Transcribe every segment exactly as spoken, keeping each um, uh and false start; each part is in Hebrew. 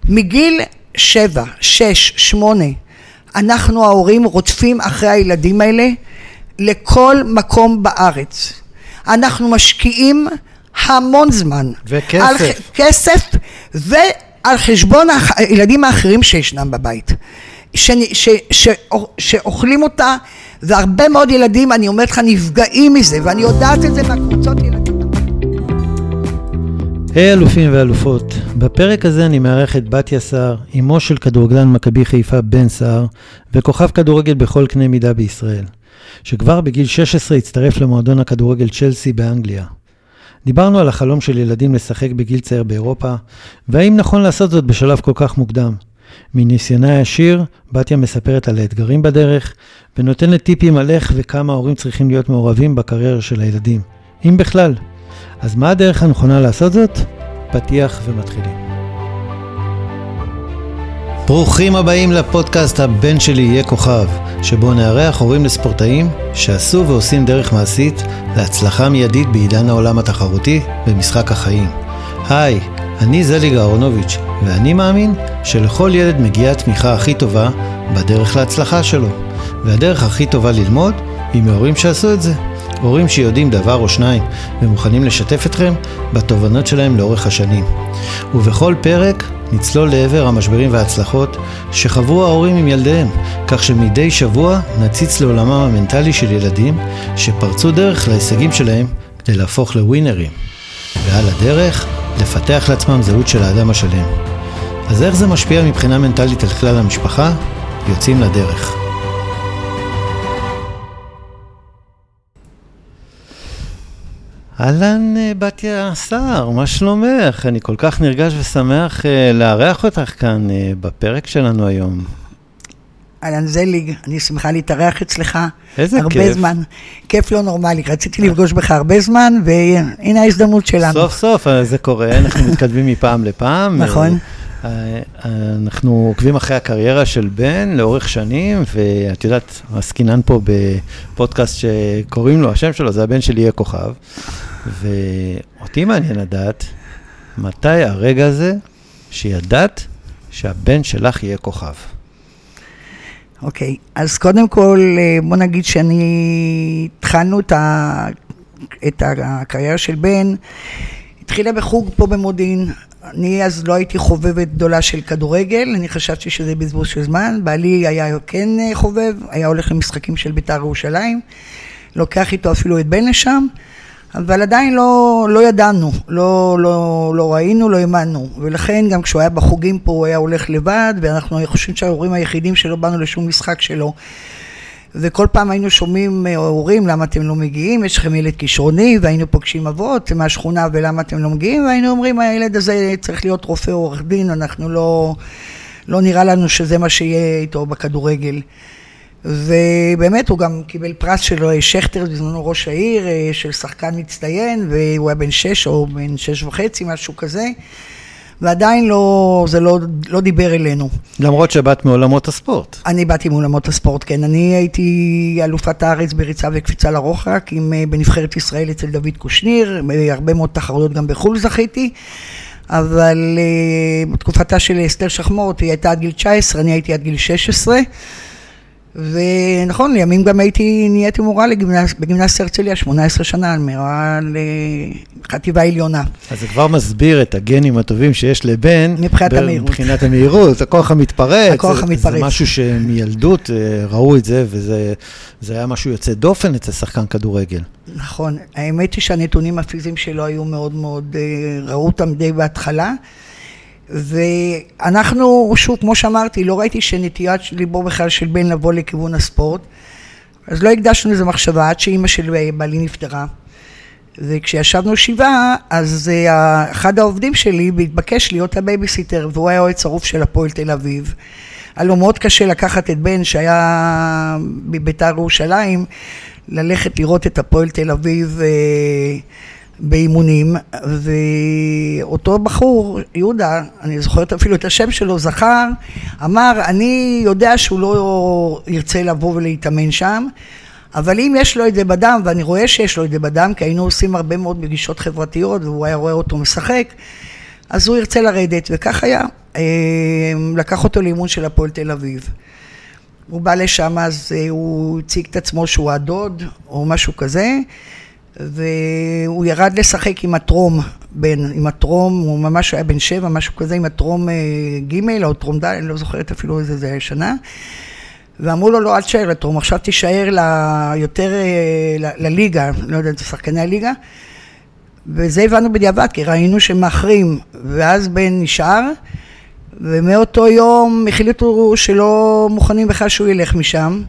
מגיל שבע, שש, שמונה, אנחנו ההורים רודפים אחרי הילדים האלה לכל מקום בארץ. אנחנו משקיעים המון זמן. וכסף. על כסף ועל חשבון הילדים האחרים שישנם בבית. ש, ש, ש, שאוכלים אותה, והרבה מאוד ילדים, אני אומרת לך, נפגעים מזה, ואני יודעת את זה מהקבוצות ילדים. היי אלופים ואלופות, בפרק הזה אני מארח את בתיה סער, אמו של כדורגלן מכבי חיפה בן סער, וכוכב כדורגל בכל קנה מידה בישראל, שכבר בגיל שש עשרה הצטרף למועדון הכדורגל צ'לסי באנגליה. דיברנו על החלום של ילדים לשחק בגיל צעיר באירופה, והאם נכון לעשות זאת בשלב כל כך מוקדם. מניסיונה הישיר, בתיה מספרת על האתגרים בדרך, ונותנת טיפים על איך וכמה ההורים צריכים להיות מעורבים בקריירה של הילדים, אם בכלל. אז מה הדרך הנכונה לעשות זאת? פתיח ומתחילים. ברוכים הבאים לפודקאסט הבן שלי יהיה כוכב, שבו נארח הורים לספורטאים שעשו ועושים דרך מעשית להצלחה מיידית בעידן העולם התחרותי במשחק החיים. היי, אני זליג אהרונוביץ', ואני מאמין שלכל ילד מגיעה התמיכה הכי טובה בדרך להצלחה שלו. והדרך הכי טובה ללמוד היא מהורים שעשו את זה. הורים שיודעים דבר או שניים ומוכנים לשתף אתכם בתובנות שלהם לאורך השנים. ובכל פרק נצלול לעבר המשברים וההצלחות שחוו ההורים עם ילדיהם, כך שמדי שבוע נציץ לעולמם המנטלי של ילדים שפרצו דרך להישגים שלהם כדי להפוך לווינרים. ועל הדרך לפתח לעצמם זהות של האדם השלם. אז איך זה משפיע מבחינה מנטלית על כלל המשפחה? יוצאים לדרך. אהלן בתיה סער, מה שלומך? אני כל כך נרגש ושמח לארח אותך כאן בפרק שלנו היום. אהלן זליג, אני שמחה להתארח אצלך. איזה הרבה כיף. זמן. כיף לא נורמלי, רציתי לפגוש בך הרבה זמן, והנה ההזדמנות שלנו. סוף סוף זה קורה, אנחנו מתקדמים מפעם לפעם. נכון. אנחנו עוקבים אחרי הקריירה של בן לאורך שנים, ואת יודעת, הסקינן פה בפודקאסט שקוראים לו, השם שלו זה הבן שלי יהיה כוכב, ואותי מעניין לדעת מתי הרגע הזה שידעת שהבן שלך יהיה כוכב. אוקיי, אז קודם כל בוא נגיד שאני התחלנו את, ה... את הקריירה של בן, התחילה בחוג פה במודיעין. אני אז לא הייתי חובבת גדולה של כדורגל, אני חשבתי שזה בזבוז של זמן, בעלי היה כן חובב, היה הולך למשחקים של בית"ר ירושלים, לוקח איתו אפילו את בן לשם, אבל עדיין לא, לא ידענו, לא, לא, לא ראינו, לא האמנו, ולכן גם כשהוא היה בחוגים פה הוא היה הולך לבד, ואנחנו חושבים שההורים היחידים שלא באנו לשום משחק שלו, וכל פעם היינו שומעים הורים, למה אתם לא מגיעים? יש לכם ילד כישרוני, והיינו פוגשים אבות מהשכונה, ולמה אתם לא מגיעים? והיינו אומרים, הילד הזה צריך להיות רופא או עורך דין, אנחנו לא, לא נראה לנו שזה מה שיהיה איתו בכדורגל. ובאמת הוא גם קיבל פרס שלו, שכטר, בזמנו ראש העיר, של שחקן מצטיין, והוא היה בן שש או בן שש וחצי, משהו כזה. ועדיין לא, זה לא, לא דיבר אלינו. למרות שבאת מעולמות הספורט. אני באתי מעולמות הספורט, כן. אני הייתי אלופת הארץ בריצה וקפיצה לרוחק, עם, בנבחרת ישראל אצל דוד קושניר, הרבה מאוד תחרויות גם בחול זכיתי, אבל בתקופתה של אסתר שחמות, היא הייתה עד גיל תשע עשרה, אני הייתי עד גיל שש עשרה, ונכון, לימים גם הייתי, נהייתי מורה לגמנס, בגימנסיה הרצליה, שמונה עשרה שנה, מורה לחטיבה עליונה. אז זה כבר מסביר את הגנים הטובים שיש לבן, מבחינת המהירות. מבחינת המהירות, הכוח המתפרץ. הכוח המתפרץ. זה משהו שמילדות ראו את זה, וזה זה היה משהו יוצא דופן אצל שחקן כדורגל. נכון, האמת היא שהנתונים הפיזיים שלו היו מאוד מאוד, ראו אותם די בהתחלה, ואנחנו, שוב, כמו שאמרתי, לא ראיתי שנטיית ליבו בכלל של בן לבוא לכיוון הספורט, אז לא הקדשנו לזה מחשבה עד שאימא של בעלי נפטרה, וכשישבנו שבעה, אז אחד העובדים שלי התבקש להיות הבייביסיטר, והוא היה אוהד שרוף של הפועל תל אביב. היה לו מאוד קשה לקחת את בן שהיה בבית"ר ירושלים, ללכת לראות את הפועל תל אביב באימונים, ואותו בחור, יהודה, אני זוכרת אפילו את השם שלו, זכר, אמר, אני יודע שהוא לא ירצה לבוא ולהתאמן שם, אבל אם יש לו את זה בדם, ואני רואה שיש לו את זה בדם, כי היינו עושים הרבה מאוד פגישות חברתיות, והוא היה רואה אותו משחק, אז הוא ירצה לרדת, וכך היה. לקח אותו לאימון של הפועל תל אביב. הוא בא לשם, אז הוא הציג את עצמו שהוא הדוד, או משהו כזה, והוא ירד לשחק עם הטרום, בין, עם הטרום, הוא ממש היה בן שבע, משהו כזה, עם הטרום ג' או טרום ד', אני לא זוכרת אפילו איזה זה שנה, ואמרו לו, לא, אל תשאר לטרום, עכשיו תישאר יותר לליגה, לא יודעת, שחקני הליגה, וזה הבנו בדיעבד, כי ראינו שמאחרים, ואז בן נשאר, ומאותו יום החליטו שלא מוכנים בכלל שהוא ילך משם.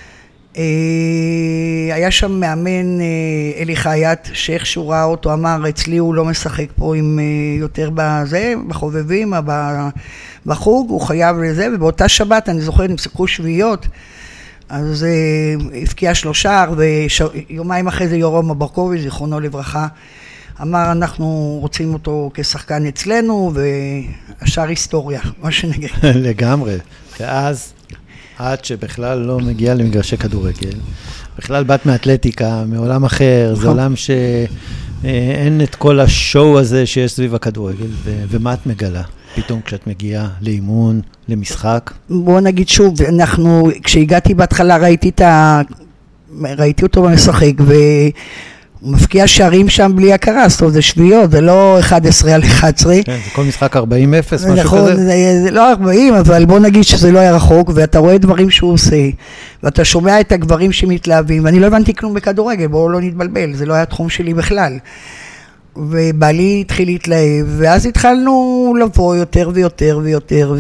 היה שם מאמן אלי חייט, שאיכשהו ראה אותו, אמר, אצלי הוא לא משחק פה עם יותר בזה, בחובבים, בחוג, הוא חייב לזה, ובאותה שבת, אני זוכרת, נפסקו שביעיות, אז הפקיע שלושה, ויומיים אחרי זה יורם אברקוביץ', זיכרונו לברכה, אמר, אנחנו רוצים אותו כשחקן אצלנו, והשאר היסטוריה, מה שנגיד. לגמרי. ואז, עד שבכלל לא מגיע למגרשי כדורגל, בכלל באת מאתלטיקה, מעולם אחר, זה עולם שאין את כל השואו הזה שיש סביב הכדורגל, ומה את מגלה? פתאום כשאת מגיעה לאימון, למשחק? בוא נגיד שוב, אנחנו, כשהגעתי בהתחלה, ראיתי את ה... ראיתי אותו במשחק, ו... הוא מפקיע שערים שם בלי הכרה, זאת אומרת, זה שביעיות, זה לא אחת עשרה על אחת עשרה. כן, זה כל משחק ארבעים אפס, משהו נכון, כזה. זה, זה לא ארבעים, אבל בוא נגיד שזה לא היה רחוק, ואתה רואה דברים שהוא עושה, ואתה שומע את הגברים שמתלהבים, ואני לא הבנתי כלום בכדורגל, בואו לא נתבלבל, זה לא היה תחום שלי בכלל. ובעלי התחיל להתלהב, ואז התחלנו לבוא יותר ויותר ויותר,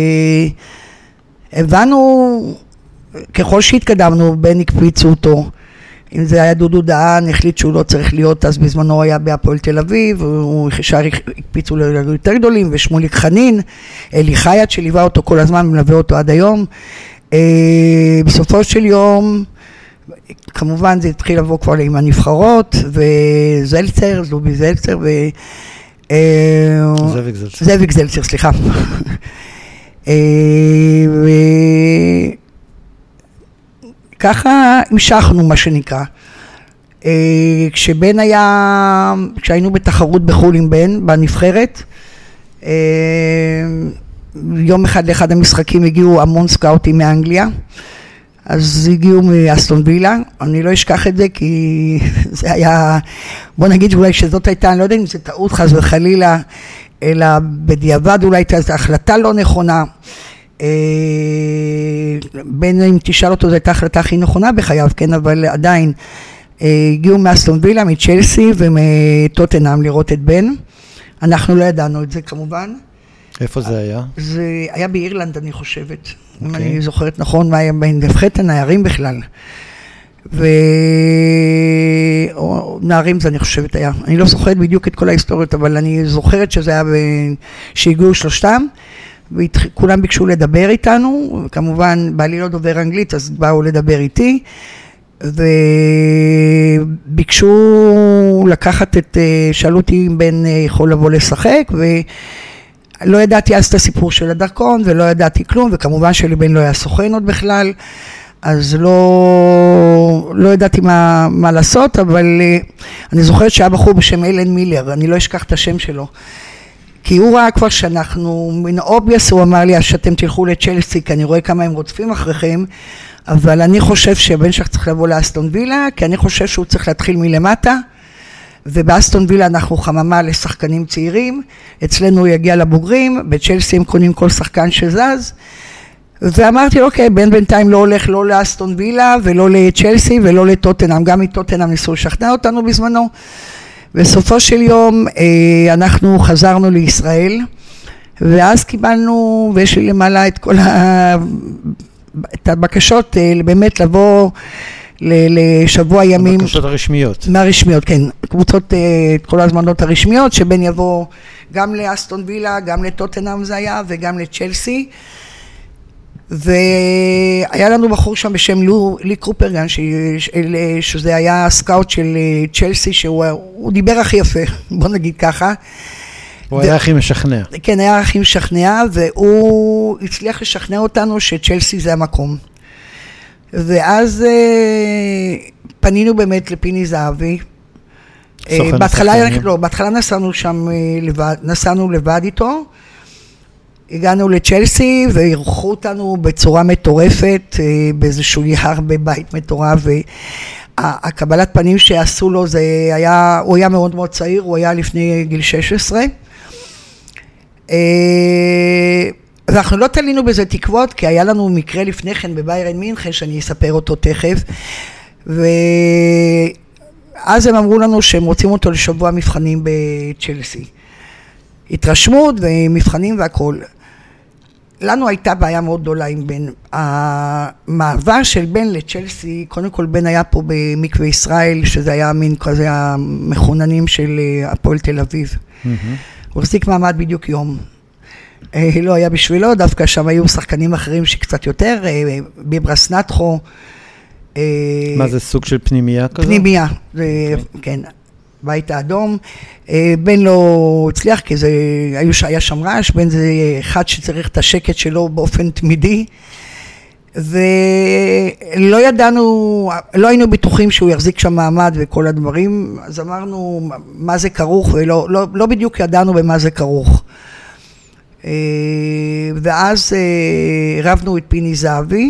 והבנו, ככל שהתקדמנו, בין הקפיצו אותו, אם זה היה דודו דהן, החליט שהוא לא צריך להיות, אז בזמנו היה בהפועל תל אביב, הוא ישר הקפיצו ליותר גדולים, ושמוליק חנין, אלי חייט שליווה אותו כל הזמן, מלווה אותו עד היום. בסופו של יום, כמובן זה התחיל לבוא כבר עם הנבחרות, וזלצר, זלובי זלצר, ו... זאביק זלצר. זאביק זלצר, סליחה. ו... ככה המשכנו מה שנקרא. כשבן היה, כשהיינו בתחרות בחול עם בן, בנבחרת, יום אחד לאחד המשחקים הגיעו המון סקאוטים מאנגליה, אז הגיעו מאסטון וילה, אני לא אשכח את זה כי זה היה, בוא נגיד אולי שזאת הייתה, אני לא יודע אם זה טעות חס וחלילה, אלא בדיעבד אולי הייתה החלטה לא נכונה, בין אם תשאל אותו, זו הייתה החלטה הכי נכונה בחייו, כן, אבל עדיין הגיעו מאסטון וילה, מצ'לסי ומטוטנהאם לראות את בן. אנחנו לא ידענו את זה כמובן. איפה זה היה? זה היה באירלנד, אני חושבת, אם אני זוכרת נכון, מה היה בנבחרת הנערים בכלל. ונערים זה אני חושבת היה, אני לא זוכרת בדיוק את כל ההיסטוריות, אבל אני זוכרת שזה היה שהגיעו שלושתם, וכולם ביקשו לדבר איתנו, וכמובן בעלי לא דובר אנגלית, אז באו לדבר איתי, וביקשו לקחת את, שאלו אותי אם בן יכול לבוא לשחק, ולא ידעתי אז את הסיפור של הדרכון, ולא ידעתי כלום, וכמובן שלי בן לא היה סוכן עוד בכלל, אז לא, לא ידעתי מה, מה לעשות, אבל אני זוכרת שהיה בחור בשם אלן מילר, אני לא אשכח את השם שלו, כי הוא ראה כבר שאנחנו, מן אובייס הוא אמר לי, שאתם תלכו לצ'לסי, כי אני רואה כמה הם רודפים אחריכם, אבל אני חושב שבן שלך צריך לבוא לאסטון וילה, כי אני חושב שהוא צריך להתחיל מלמטה, ובאסטון וילה אנחנו חממה לשחקנים צעירים, אצלנו הוא יגיע לבוגרים, בצ'לסי הם קונים כל שחקן שזז, ואמרתי, אוקיי, בן בינתיים לא הולך לא לאסטון וילה, ולא לצ'לסי, ולא לטוטנהאם, גם מטוטנהאם ניסו לשכנע אותנו בזמנו, בסופו של יום אנחנו חזרנו לישראל, ואז קיבלנו, ויש לי למעלה את כל ה... את הבקשות באמת לבוא לשבוע ימים. הבקשות הרשמיות. מהרשמיות, כן. קבוצות, את כל הזמנות הרשמיות, שבן יבוא גם לאסטון וילה, גם לטוטנהאם זה היה, וגם לצ'לסי. והיה לנו בחור שם בשם לי קרופרגן, שזה היה סקאוט של צ'לסי, שהוא דיבר הכי יפה, בוא נגיד ככה. הוא היה הכי משכנע. כן, היה הכי משכנע, והוא הצליח לשכנע אותנו שצ'לסי זה המקום. ואז פנינו באמת לפיני זהבי. סוכן בהתחלה, השחקנים. לא, בהתחלה נסענו שם לבד, נסענו לבד איתו, הגענו לצ'לסי ואירחו אותנו בצורה מטורפת, באיזשהו יער בבית מטורף, והקבלת פנים שעשו לו, זה היה, הוא היה מאוד מאוד צעיר, הוא היה לפני גיל שש עשרה, ואנחנו לא תלינו בזה תקוות, כי היה לנו מקרה לפני כן בביירן מינכן, שאני אספר אותו תכף, ואז הם אמרו לנו שהם רוצים אותו לשבוע מבחנים בצ'לסי. התרשמות ומבחנים והכל. לנו הייתה בעיה מאוד גדולה עם בן. המעבר של בן לצ'לסי, קודם כל בן היה פה במקווה ישראל, שזה היה מין כזה המחוננים של הפועל תל אביב. הוא החזיק מעמד בדיוק יום. לא היה בשבילו, דווקא שם היו שחקנים אחרים שקצת יותר, ביברס נטחו. מה זה, סוג של פנימייה כזו? פנימייה, כן, בית האדום. בן לא הצליח, כי זה, היה שם רעש, בן זה אחד שצריך את השקט שלו באופן תמידי, ולא ידענו, לא היינו בטוחים שהוא יחזיק שם מעמד וכל הדברים, אז אמרנו מה זה כרוך, ולא לא, לא בדיוק ידענו במה זה כרוך. ואז רבנו את פיני זהבי,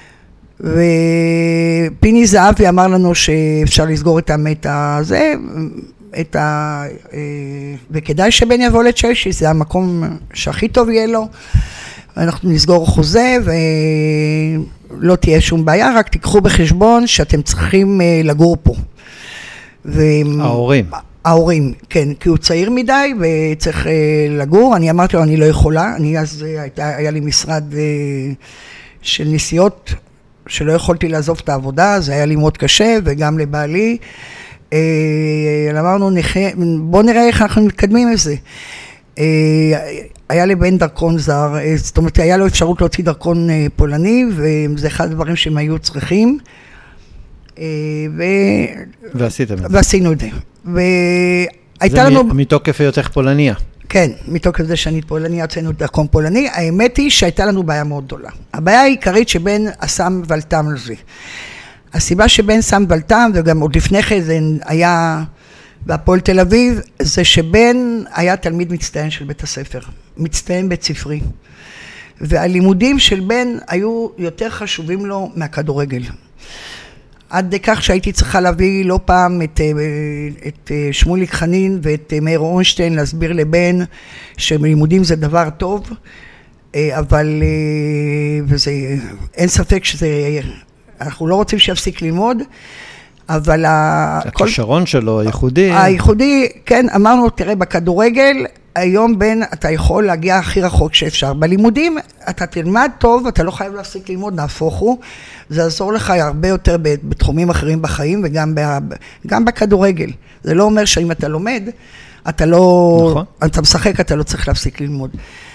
ופיני זהבי אמר לנו שאפשר לסגור את המת הזה, את ה... וכדאי שבן יבוא לצ'לסי, זה המקום שהכי טוב יהיה לו, אנחנו נסגור חוזה ולא תהיה שום בעיה, רק תיקחו בחשבון שאתם צריכים לגור פה. ו... ההורים. ההורים, כן, כי הוא צעיר מדי וצריך לגור. אני אמרתי לו, אני לא יכולה, אני אז הייתה, היה לי משרד של נסיעות, שלא יכולתי לעזוב את העבודה, זה היה לי מאוד קשה, וגם לבעלי. אמרנו, בוא נראה איך אנחנו מתקדמים עם זה. היה לבן דרכון זר, זאת אומרת, היה לו אפשרות להוציא דרכון פולני, וזה אחד הדברים שהם היו צריכים. ו... ועשיתם את זה. ועשינו את זה. והייתה זה לנו... מתוקף היותך פולניה. כן, מתוקף זה שאני פולניה, הוצאנו דרכון פולני. האמת היא שהייתה לנו בעיה מאוד גדולה. הבעיה העיקרית שבן שם ולתם לזה. הסיבה שבן שם ולתם, וגם עוד לפני כן זה היה בהפועל תל אביב, זה שבן היה תלמיד מצטיין של בית הספר. מצטיין בית ספרי. והלימודים של בן היו יותר חשובים לו מהכדורגל. עד כך שהייתי צריכה להביא לא פעם את, את שמוליק חנין ואת מאיר אורנשטיין להסביר לבן שלימודים זה דבר טוב, אבל וזה, אין ספק שזה, אנחנו לא רוצים שיפסיק ללמוד, אבל הכישרון שלו, הייחודי. הייחודי, כן, אמרנו, תראה, בכדורגל, היום בן, אתה יכול להגיע הכי רחוק שאפשר. בלימודים, אתה תלמד טוב, אתה לא חייב להפסיק ללמוד, נהפוך הוא. זה יעזור לך הרבה יותר בתחומים אחרים בחיים, וגם גם בכדורגל. זה לא אומר שאם אתה לומד, אתה לא, נכון. אתה משחק, אתה לא צריך להפסיק ללמוד.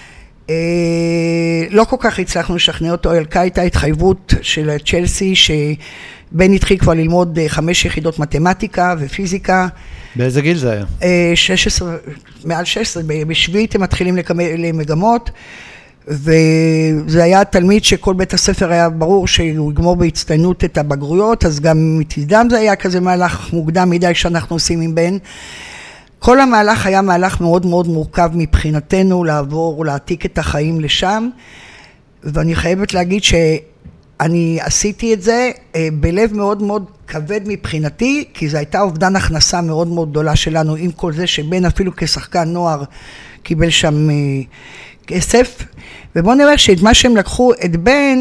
לא כל כך הצלחנו לשכנע אותו, אלכה הייתה התחייבות של צ'לסי, שבן התחיל כבר ללמוד חמש יחידות מתמטיקה ופיזיקה. באיזה גיל זה היה? שש עשרה, מעל שש עשרה, בשביעית הם מתחילים למגמות, וזה היה תלמיד שכל בית הספר היה ברור שהוא יגמור בהצטיינות את הבגרויות, אז גם מתקדם זה היה כזה מהלך מוקדם מדי שאנחנו עושים עם בן. כל המהלך היה מהלך מאוד מאוד מורכב מבחינתנו, לעבור, להעתיק את החיים לשם, ואני חייבת להגיד שאני עשיתי את זה בלב מאוד מאוד כבד מבחינתי, כי זו הייתה אובדן הכנסה מאוד מאוד גדולה שלנו, עם כל זה שבן אפילו כשחקן נוער קיבל שם כסף, ובואו נראה שאת מה שהם לקחו את בן,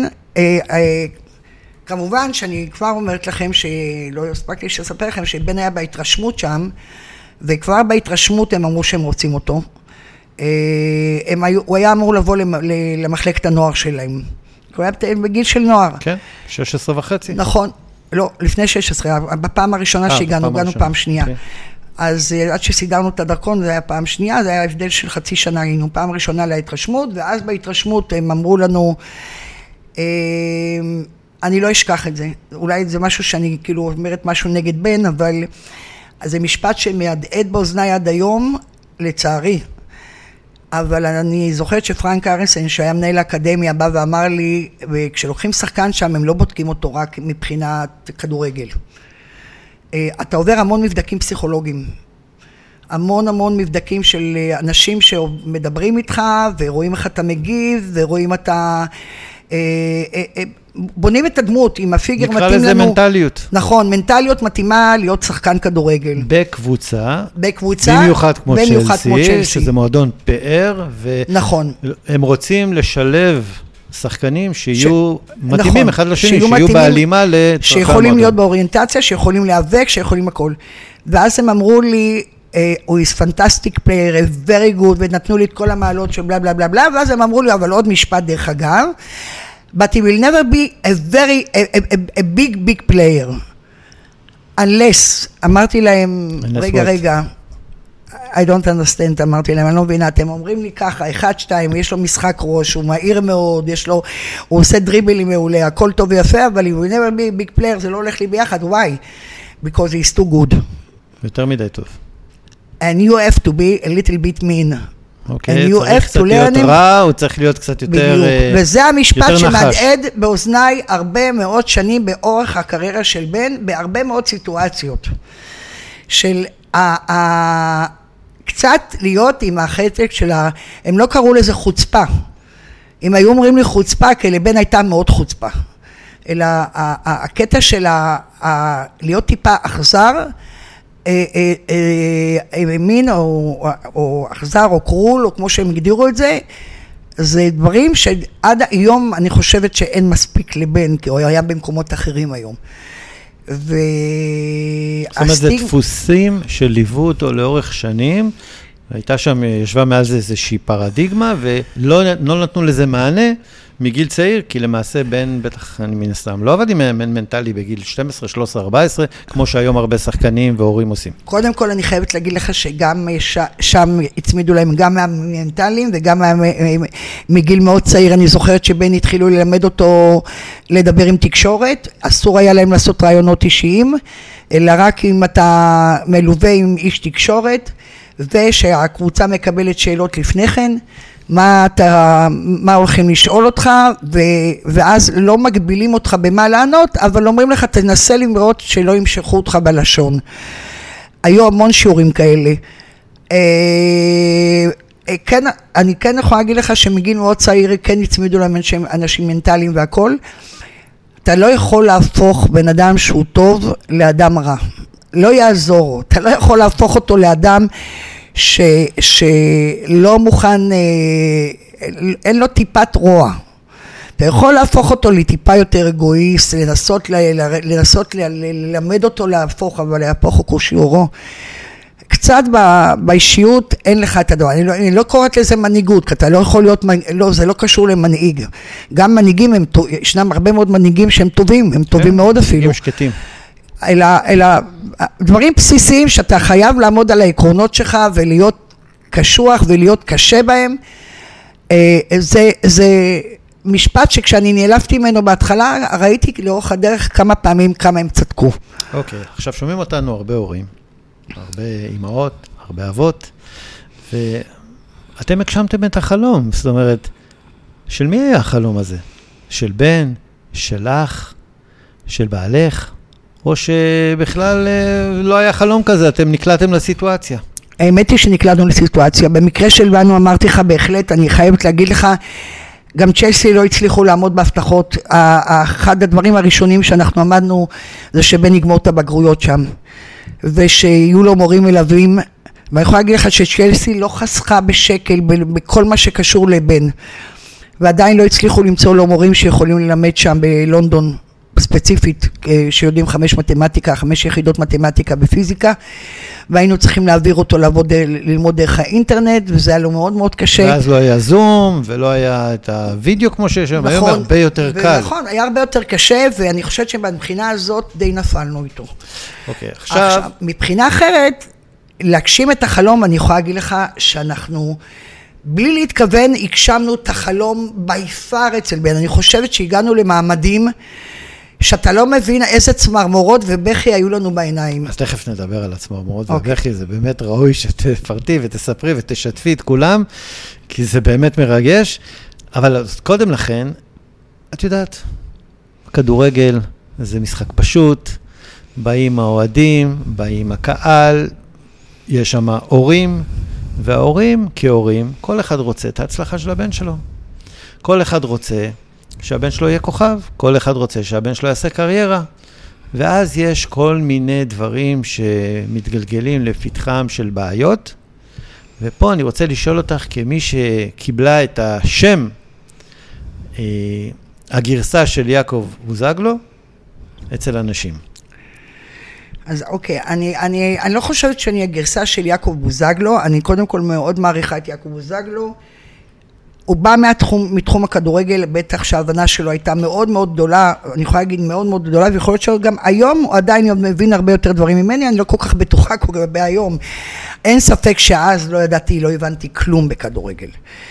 כמובן שאני כבר אומרת לכם שלא הספקתי לספר לכם שבן היה בהתרשמות שם, וכבר בהתרשמות הם אמרו שהם רוצים אותו. הם היו, הוא היה אמור לבוא למחלקת הנוער שלהם. הוא היה בגיל של נוער. כן, שש עשרה וחצי. נכון, לא, לפני שש עשרה, בפעם הראשונה שהגענו, הגענו פעם שנייה. אז עד שסידרנו את הדרכון, זה היה פעם שנייה, זה היה הבדל של חצי שנה, היינו פעם ראשונה להתרשמות, ואז בהתרשמות הם אמרו לנו, אני לא אשכח את זה, אולי זה משהו שאני כאילו אומרת משהו נגד בן, אבל זה משפט שמהדהד באוזניי עד היום, לצערי. אבל אני זוכרת שפרנק ארנסן, שהיה מנהל האקדמיה, בא ואמר לי, וכשלוקחים שחקן שם, הם לא בודקים אותו רק מבחינת כדורגל. אתה עובר המון מבדקים פסיכולוגיים. המון המון מבדקים של אנשים שמדברים איתך, ורואים איך אתה מגיב, ורואים אתה... בונים את הדמות עם הפיגר מתאים לנו. נקרא לזה מנטליות. נכון, מנטליות מתאימה להיות שחקן כדורגל. בקבוצה. בקבוצה. במיוחד כמו צ'לסי, שזה מועדון פאר. נכון. והם רוצים לשלב שחקנים שיהיו מתאימים אחד לשני, שיהיו בהלימה לצרכי המועדון. שיכולים להיות באוריינטציה, שיכולים להיאבק, שיכולים הכל. ואז הם אמרו לי, הוא is fantastic player, very good, ונתנו לי את כל המעלות של בלה בלה בלה בלה, ואז הם אמרו לי, אבל עוד משפט דרך אגב, but he will never be a very, a, a, a big, big player, unless, אמרתי להם, רגע, רגע, I don't understand, אמרתי להם, אני לא מבינה, אתם אומרים לי ככה, אחד, שתיים, יש לו משחק ראש, הוא מהיר מאוד, יש לו, הוא עושה דריבלים מעולה, הכל טוב ויפה, אבל he will never be a big player, זה לא הולך לי ביחד, why? Because he's too good. יותר מדי טוב. And you have to be a little bit mean. אוקיי, צריך קצת להיות רע, הוא צריך להיות קצת יותר נחש. וזה המשפט שמדעד באוזניי הרבה מאוד שנים באורך הקריירה של בן, בהרבה מאוד סיטואציות. של קצת להיות עם החטק של ה... הם לא קראו לזה חוצפה. אם היו אומרים לי חוצפה, כי לבן הייתה מאוד חוצפה. אלא הקטע של להיות טיפה אכזר, מין או אכזר או קרול או כמו שהם הגדירו את זה, זה דברים שעד היום אני חושבת שאין מספיק לבן, כי הוא היה במקומות אחרים היום. זאת אומרת, זה דפוסים שליוו אותו לאורך שנים, הייתה שם, ישבה מעל זה איזושהי פרדיגמה, ולא נתנו לזה מענה מגיל צעיר, כי למעשה בן, בטח אני מן הסתם, לא עבד עם מאמן מנטלי בגיל שתים עשרה, שלוש עשרה, ארבע עשרה, כמו שהיום הרבה שחקנים והורים עושים. קודם כל אני חייבת להגיד לך שגם ש, שם הצמידו להם גם מהמנטליים, וגם מגיל מאוד צעיר, אני זוכרת שבן התחילו ללמד אותו לדבר עם תקשורת, אסור היה להם לעשות רעיונות אישיים, אלא רק אם אתה מלווה עם איש תקשורת, ושהקבוצה מקבלת שאלות לפני כן, מה אתה, מה הולכים לשאול אותך, ו, ואז לא מגבילים אותך במה לענות, אבל אומרים לך, תנסה למרות שלא ימשכו אותך בלשון. היו המון שיעורים כאלה. אה, כן, אני כן יכולה להגיד לך שמגיל מאוד צעיר, כן הצמידו להם אנשים, אנשים מנטליים והכל. אתה לא יכול להפוך בן אדם שהוא טוב לאדם רע. לא יעזור. אתה לא יכול להפוך אותו לאדם ש, שלא מוכן, אין לו טיפת רוע. אתה יכול להפוך אותו לטיפה יותר אגואיסט, לנסות, לנסות ללמד אותו להפוך, אבל להפוך הוא שיעורו. קצת באישיות אין לך את הדבר. אני לא, אני לא קוראת לזה מנהיגות, כי אתה לא יכול להיות, לא, זה לא קשור למנהיג. גם מנהיגים, הם, ישנם הרבה מאוד מנהיגים שהם טובים, הם טובים מאוד אפילו. הם שקטים. אלא, אלא דברים בסיסיים שאתה חייב לעמוד על העקרונות שלך ולהיות קשוח ולהיות קשה בהם. זה, זה משפט שכשאני נעלבתי ממנו בהתחלה, ראיתי לאורך הדרך כמה פעמים כמה הם צדקו. אוקיי, עכשיו שומעים אותנו הרבה הורים, הרבה אמהות, הרבה אבות, ואתם הגשמתם את החלום. זאת אומרת, של מי היה החלום הזה? של בן, שלך, של בעלך? או שבכלל לא היה חלום כזה, אתם נקלעתם לסיטואציה? האמת היא שנקלענו לסיטואציה. במקרה שלנו אמרתי לך בהחלט, אני חייבת להגיד לך, גם צ'לסי לא הצליחו לעמוד בהבטחות. אחד הדברים הראשונים שאנחנו עמדנו, זה שבן יגמור את הבגרויות שם, ושיהיו לו מורים מלווים, ואני יכולה להגיד לך שצ'לסי לא חסכה בשקל בכל מה שקשור לבן, ועדיין לא הצליחו למצוא לו מורים שיכולים ללמד שם בלונדון, ספציפית, שיודעים חמש מתמטיקה, חמש יחידות מתמטיקה בפיזיקה, והיינו צריכים להעביר אותו לעבוד, ללמוד דרך האינטרנט, וזה היה לו מאוד מאוד קשה. ואז לא היה זום, ולא היה את הוידאו כמו שיש שם, היום הרבה יותר קל. נכון, היה הרבה יותר קשה, ואני חושבת שבבחינה הזאת די נפלנו איתו. אוקיי, עכשיו... מבחינה אחרת, להגשים את החלום, אני יכולה להגיד לך שאנחנו... בלי להתכוון, הגשמנו את החלום ביפר אצל בן. אני חושבת שהגענו למעמדים שאתה לא מבין איזה צמרמורות ובכי היו לנו בעיניים. אז תכף נדבר על הצמרמורות okay. ובכי, זה באמת ראוי שתפרטי ותספרי ותשתפי את כולם, כי זה באמת מרגש. אבל קודם לכן, את יודעת, כדורגל זה משחק פשוט, באים האוהדים, באים הקהל, יש שם הורים, וההורים כהורים, כל אחד רוצה את ההצלחה של הבן שלו. כל אחד רוצה שהבן שלו יהיה כוכב, כל אחד רוצה שהבן שלו יעשה קריירה, ואז יש כל מיני דברים שמתגלגלים לפתחם של בעיות, ופה אני רוצה לשאול אותך כמי שקיבלה את השם, אה, הגרסה של יעקב בוזגלו, אצל אנשים. אז אוקיי, אני, אני, אני לא חושבת שאני הגרסה של יעקב בוזגלו, אני קודם כל מאוד מעריכה את יעקב בוזגלו, הוא בא מהתחום, מתחום הכדורגל, בטח שההבנה שלו הייתה מאוד מאוד גדולה, אני יכולה להגיד מאוד מאוד גדולה, ויכול להיות שגם היום הוא עדיין מבין הרבה יותר דברים ממני, אני לא כל כך בטוחה כל כך היום. אין ספק שאז לא ידעתי, לא הבנתי כלום בכדורגל.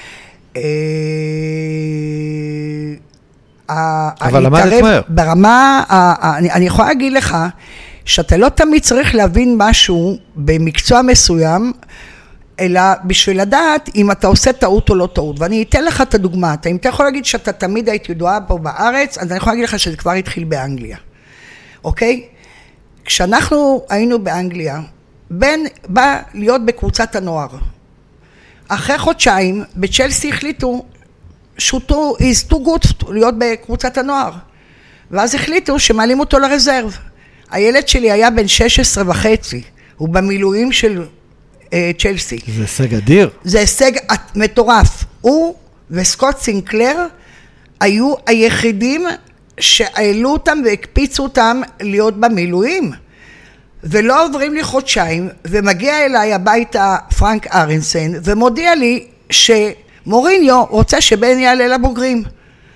אבל למדת מהר. ברמה, אני, אני יכולה להגיד לך, שאתה לא תמיד צריך להבין משהו במקצוע מסוים, אלא בשביל לדעת אם אתה עושה טעות או לא טעות. ואני אתן לך את הדוגמה. אם אתה יכול להגיד שאתה תמיד היית ידועה פה בארץ, אז אני יכול להגיד לך שזה כבר התחיל באנגליה. אוקיי? כשאנחנו היינו באנגליה, בן בא להיות בקבוצת הנוער. אחרי חודשיים, בצ'לסי החליטו שהוא is too good להיות בקבוצת הנוער. ואז החליטו שמעלים אותו לרזרב. הילד שלי היה בן שש עשרה וחצי. הוא במילואים של צ'לסי. זה הישג אדיר. זה הישג מטורף. הוא וסקוט סינקלר היו היחידים שהעלו אותם והקפיצו אותם להיות במילואים. ולא עוברים לי חודשיים, ומגיע אליי הביתה פרנק ארנסן, ומודיע לי שמוריניו רוצה שבן יעלה לבוגרים.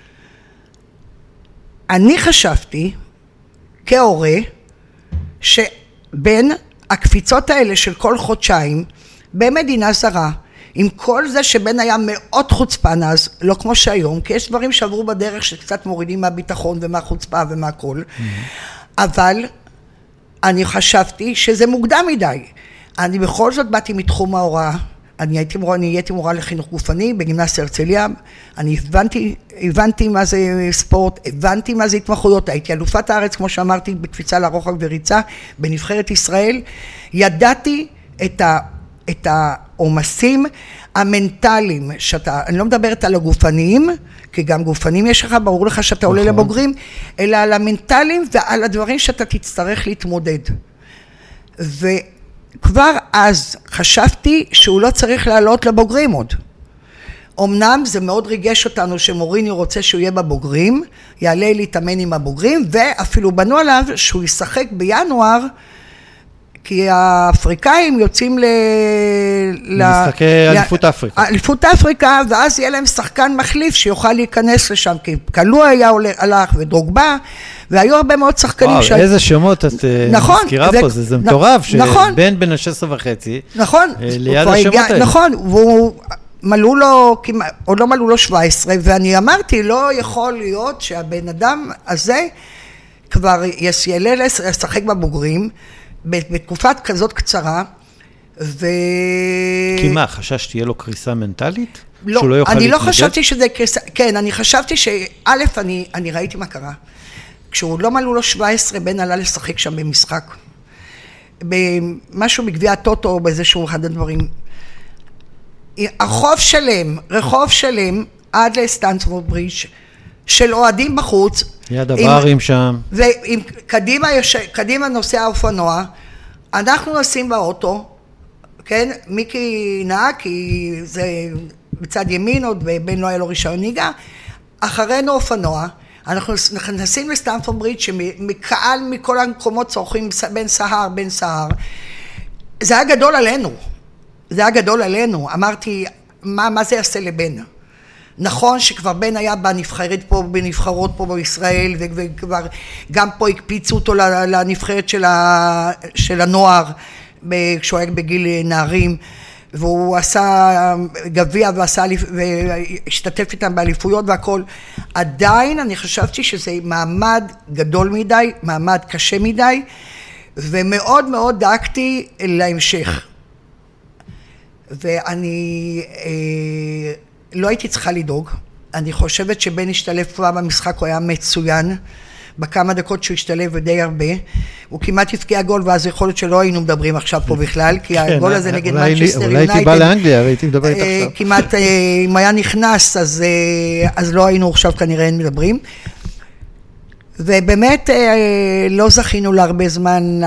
אני חשבתי, כהורה, שבין הקפיצות האלה של כל חודשיים, במדינה זרה, עם כל זה שבן היה מאוד חוצפן אז, לא כמו שהיום, כי יש דברים שעברו בדרך שקצת מורידים מהביטחון ומהחוצפה ומהכל, mm-hmm. אבל אני חשבתי שזה מוקדם מדי. אני בכל זאת באתי מתחום ההוראה, אני הייתי מורה, אני הייתי מורה לחינוך גופני בגימנסיה הרצליה, אני הבנתי, הבנתי מה זה ספורט, הבנתי מה זה התמחויות, הייתי אלופת הארץ, כמו שאמרתי, בקפיצה לרוחק וריצה, בנבחרת ישראל, ידעתי את ה... את העומסים המנטליים, שאתה, אני לא מדברת על הגופניים, כי גם גופניים יש לך, ברור לך שאתה עולה לבוגרים, אלא על המנטליים ועל הדברים שאתה תצטרך להתמודד. וכבר אז חשבתי שהוא לא צריך לעלות לבוגרים עוד. אמנם זה מאוד ריגש אותנו שמוריניו רוצה שהוא יהיה בבוגרים, יעלה להתאמן עם הבוגרים, ואפילו בנו עליו שהוא ישחק בינואר, כי האפריקאים יוצאים ל... למשחקי אליפות אפריקה. אליפות אפריקה, ואז יהיה להם שחקן מחליף שיוכל להיכנס לשם, כי קלוע היה הלך ודרוגבה, והיו הרבה מאוד שחקנים... וואו, איזה שמות את מזכירה פה, זה מטורף, שבן בן ה-שש עשרה וחצי, ליד השמות האלה. נכון, והוא מלאו לו, עוד לא מלאו לו שבע עשרה, ואני אמרתי, לא יכול להיות שהבן אדם הזה כבר יעלה לשחק בבוגרים, בתקופת כזאת קצרה, ו... כי מה, חשש שתהיה לו קריסה מנטלית? לא, לא אני לא חשבתי שזה קריסה, כן, אני חשבתי שא' אני, אני ראיתי מה קרה. כשהוא לא מלאו לו שבע עשרה, בן עלה לשחק שם במשחק. במשהו בגביע הטוטו, או באיזשהו אחד הדברים. הרחוב שלם, רחוב שלם, עד לסטנפורד ברידג' של אוהדים בחוץ, יד הברים שם. ועם קדימה, קדימה נוסע האופנוע, אנחנו נוסעים באוטו, כן? מיקי נהג, כי זה בצד ימין, עוד בין לא היה לו רישיון נהיגה, אחרינו אופנוע, אנחנו נכנסים לסטנפורד ברידג' שמקהל מכל המקומות צורכים בין סהר, בין סהר. זה היה גדול עלינו, זה היה גדול עלינו. אמרתי, מה, מה זה יעשה לבן? נכון שכבר בן היה בנבחרת פה, בנבחרות פה בישראל, וכבר גם פה הקפיצו אותו לנבחרת של, ה, של הנוער, כשהוא היה בגיל נערים, והוא עשה גביע ועשה, והשתתף איתם באליפויות והכל. עדיין אני חשבתי שזה מעמד גדול מדי, מעמד קשה מדי, ומאוד מאוד דאגתי להמשך. ואני... לא הייתי צריכה לדאוג, אני חושבת שבן השתלב כבר במשחק, הוא היה מצוין, בכמה דקות שהוא השתלב ודי הרבה, הוא כמעט הפקיע גול, ואז יכול להיות שלא היינו מדברים עכשיו פה בכלל, כי הגול הזה נגד מנצ'סטר יונייטד, אולי הייתי בא לאנגליה, הייתי מדבר איתך עכשיו. כמעט, אם היה נכנס, אז, אז לא היינו עכשיו כנראה מדברים. ובאמת לא זכינו להרבה זמן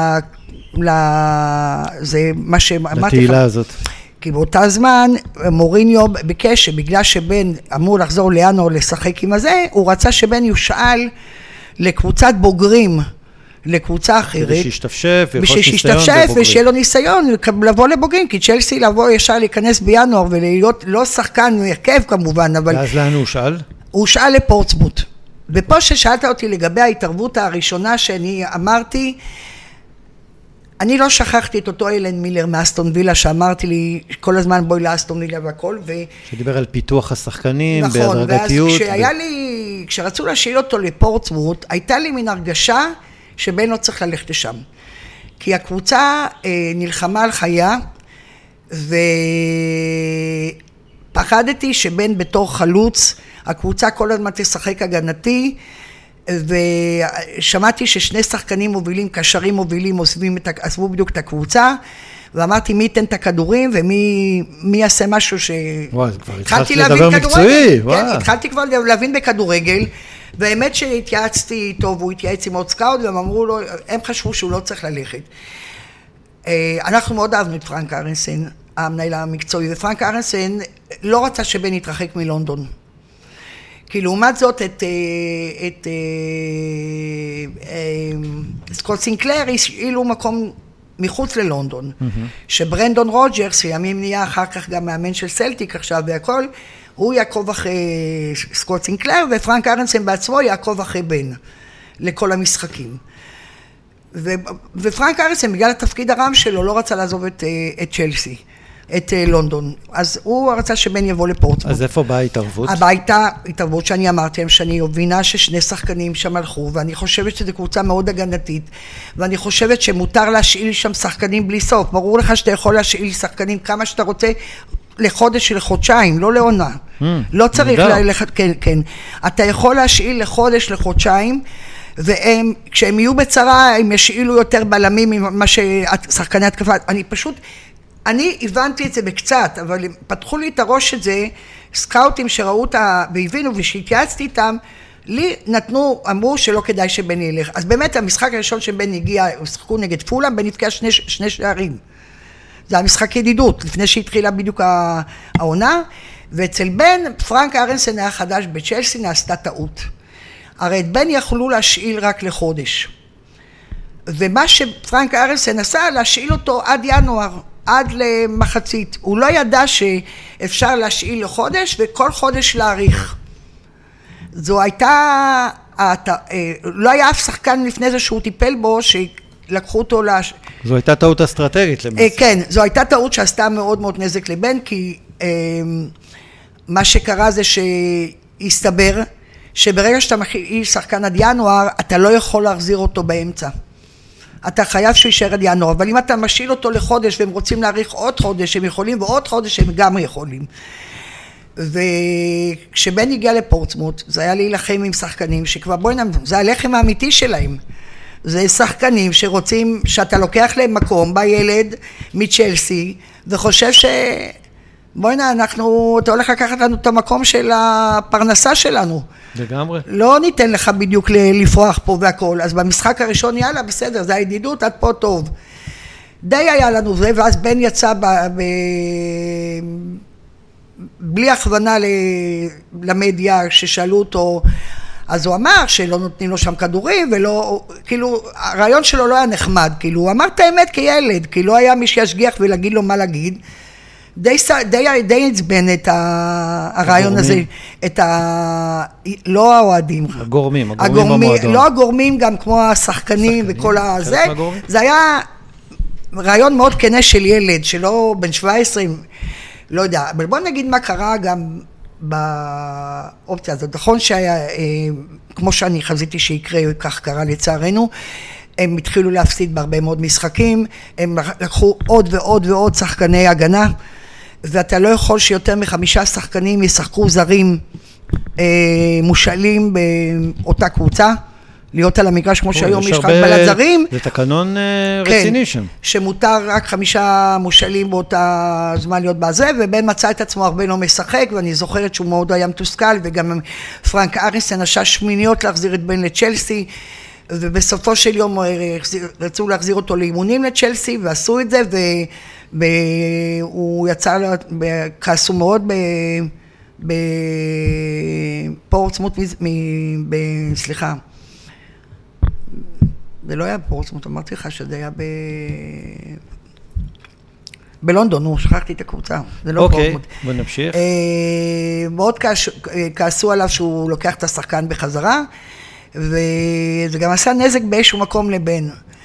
לזה, מה שאמרתי לך. לתהילה הזאת. כי באותה זמן מוריניו ביקש שבגלל שבן אמור לחזור לינואר לשחק עם הזה, הוא רצה שבן יושאל לקבוצת בוגרים, לקבוצה אחרת. בשביל שישתפשף, בשביל שישתפשף ושיהיה לו ניסיון לבוא לבוגרים, כי צ'לסי לבוא ישר להיכנס בינואר ולהיות לא שחקן הרכב כמובן, אבל... ואז לאן הוא שאל? הוא שאל לפורטסמוט. ופה ששאלת אותי לגבי ההתערבות הראשונה שאני אמרתי, אני לא שכחתי את אותו אילן מילר מאסטון וילה, שאמרתי לי כל הזמן בואי לאסטון וילה והכל, ו... שדיבר על פיתוח השחקנים, נכון, בהדרגתיות. ואז כשהיה ו... לי, כשרצו להשאיל אותו לפורטסמוט, הייתה לי מין הרגשה שבן לא צריך ללכת לשם. כי הקבוצה אה, נלחמה על חיה, ופחדתי שבן בתור חלוץ, הקבוצה כל הזמן תשחק הגנתי, ושמעתי ששני שחקנים מובילים, קשרים מובילים, עוזבים את, עזבו בדיוק את הקבוצה, ואמרתי מי ייתן את הכדורים ומי מי יעשה משהו ש... וואי, כבר התחלתי לדבר מקצועי, וואו. כן, התחלתי כבר להבין בכדורגל, והאמת שהתייעצתי איתו, והוא התייעץ עם עוד סקאוט, והם אמרו לו, הם חשבו שהוא לא צריך ללכת. אנחנו מאוד אהבנו את פרנק ארנסן, המנהל המקצועי, ופרנק ארנסן לא רצה שבן יתרחק מלונדון. כי לעומת זאת את, את, את סקוט סינקלר השאילו מקום מחוץ ללונדון, mm-hmm. שברנדון רוג'רס, שימים נהיה אחר כך גם מאמן של סלטיק עכשיו והכל, הוא יעקוב אחרי סקוט סינקלר, ופרנק ארנסן בעצמו יעקוב אחרי בן לכל המשחקים. ו, ופרנק ארנסן בגלל התפקיד הרם שלו לא רצה לעזוב את, את צ'לסי. את לונדון, אז הוא רצה שבן יבוא לפורטסמוט. אז איפה באה ההתערבות? הבאה הייתה התערבות שאני אמרתי, שאני הבינה ששני שחקנים שם הלכו, ואני חושבת שזו קבוצה מאוד הגנתית, ואני חושבת שמותר להשאיל שם שחקנים בלי סוף. ברור לך שאתה יכול להשאיל שחקנים כמה שאתה רוצה, לחודש לחודשיים, לא לעונה. Mm, לא צריך ללכת, כן, כן. אתה יכול להשאיל לחודש לחודשיים, והם, כשהם יהיו בצרה, הם ישאילו יותר בלמים ממה ששחקני התקפה. אני פשוט... אני הבנתי את זה בקצת, אבל פתחו לי את הראש את זה, סקאוטים שראו אותה והבינו ושהתייעצתי איתם, לי נתנו, אמרו שלא כדאי שבן ילך. אז באמת המשחק הראשון שבן הגיע, הוא שחקו נגד פולאם, בן הבקיע שני, שני שערים. זה המשחק ידידות, לפני שהתחילה בדיוק העונה, ואצל בן, פרנק ארנסן היה חדש בצ'לסי, נעשתה טעות. הרי את בן יכלו להשאיל רק לחודש. ומה שפרנק ארנסן עשה, להשאיל אותו עד ינואר. עד למחצית. הוא לא ידע שאפשר להשאיל לחודש וכל חודש להאריך. זו הייתה, לא היה אף שחקן לפני זה שהוא טיפל בו, שלקחו אותו לש... זו הייתה טעות אסטרטגית למעשה. כן, זו הייתה טעות שעשתה מאוד מאוד נזק לבן, כי מה שקרה זה שהסתבר שברגע שאתה מכיל שחקן עד ינואר, אתה לא יכול להחזיר אותו באמצע. אתה חייב שהוא יישאר עד ינואר, אבל אם אתה משאיל אותו לחודש והם רוצים להאריך עוד חודש, הם יכולים, ועוד חודש הם גם יכולים. וכשבן הגיע לפורטסמוט, זה היה להילחם עם שחקנים שכבר בואי נאמר, זה הלחם האמיתי שלהם. זה שחקנים שרוצים, שאתה לוקח להם מקום בילד מצ'לסי, וחושב ש... בואי נא, אנחנו, אתה הולך לקחת לנו את המקום של הפרנסה שלנו. לגמרי. לא ניתן לך בדיוק לפרוח פה והכל. אז במשחק הראשון, יאללה, בסדר, זה הידידות, עד פה טוב. די היה לנו זה, ואז בן יצא ב... ב... בלי הכוונה ל... למדיה, ששאלו אותו, אז הוא אמר שלא נותנים לו שם כדורים, ולא, כאילו, הרעיון שלו לא היה נחמד, כאילו, הוא אמר את האמת כילד, כי לא היה מי שישגיח ולהגיד לו מה להגיד, די, די, די עצבן את הרעיון הזה, את ה... לא האוהדים. הגורמים, הגורמים במועדון. לא הגורמים, גם כמו השחקנים וכל הזה. זה היה רעיון מאוד כנה של ילד, שלא בן שבע עשרה, לא יודע. אבל בוא נגיד מה קרה גם באופציה הזאת. נכון שהיה, כמו שאני חזיתי שיקרה, כך קרה לצערנו, הם התחילו להפסיד בהרבה מאוד משחקים, הם לקחו עוד ועוד ועוד שחקני הגנה, ואתה לא יכול שיותר מחמישה שחקנים ישחקו זרים אה, מושאלים באותה קבוצה, להיות על המגרש כמו שהיום יש לך הגבלת זרים. זה תקנון רציני שם. שמותר רק חמישה מושאלים באותה זמן להיות בזה, ובן מצא את עצמו הרבה לא משחק, ואני זוכרת שהוא מאוד היה מתוסכל, וגם פרנק אריסן עשה שמיניות להחזיר את בן לצ'לסי, ובסופו של יום רצו להחזיר אותו לאימונים לצ'לסי, ועשו את זה, והוא יצא, כעסו מאוד בפורטסמוט, סליחה, זה לא היה בפורטסמוט, אמרתי לך שזה היה ב... בלונדון, הוא שכחתי את הקבוצה, זה לא פורטסמוט. אוקיי, בוא נמשיך. מאוד כעסו עליו שהוא לוקח את השחקן בחזרה, וזה גם עשה נזק באיזשהו מקום לבן.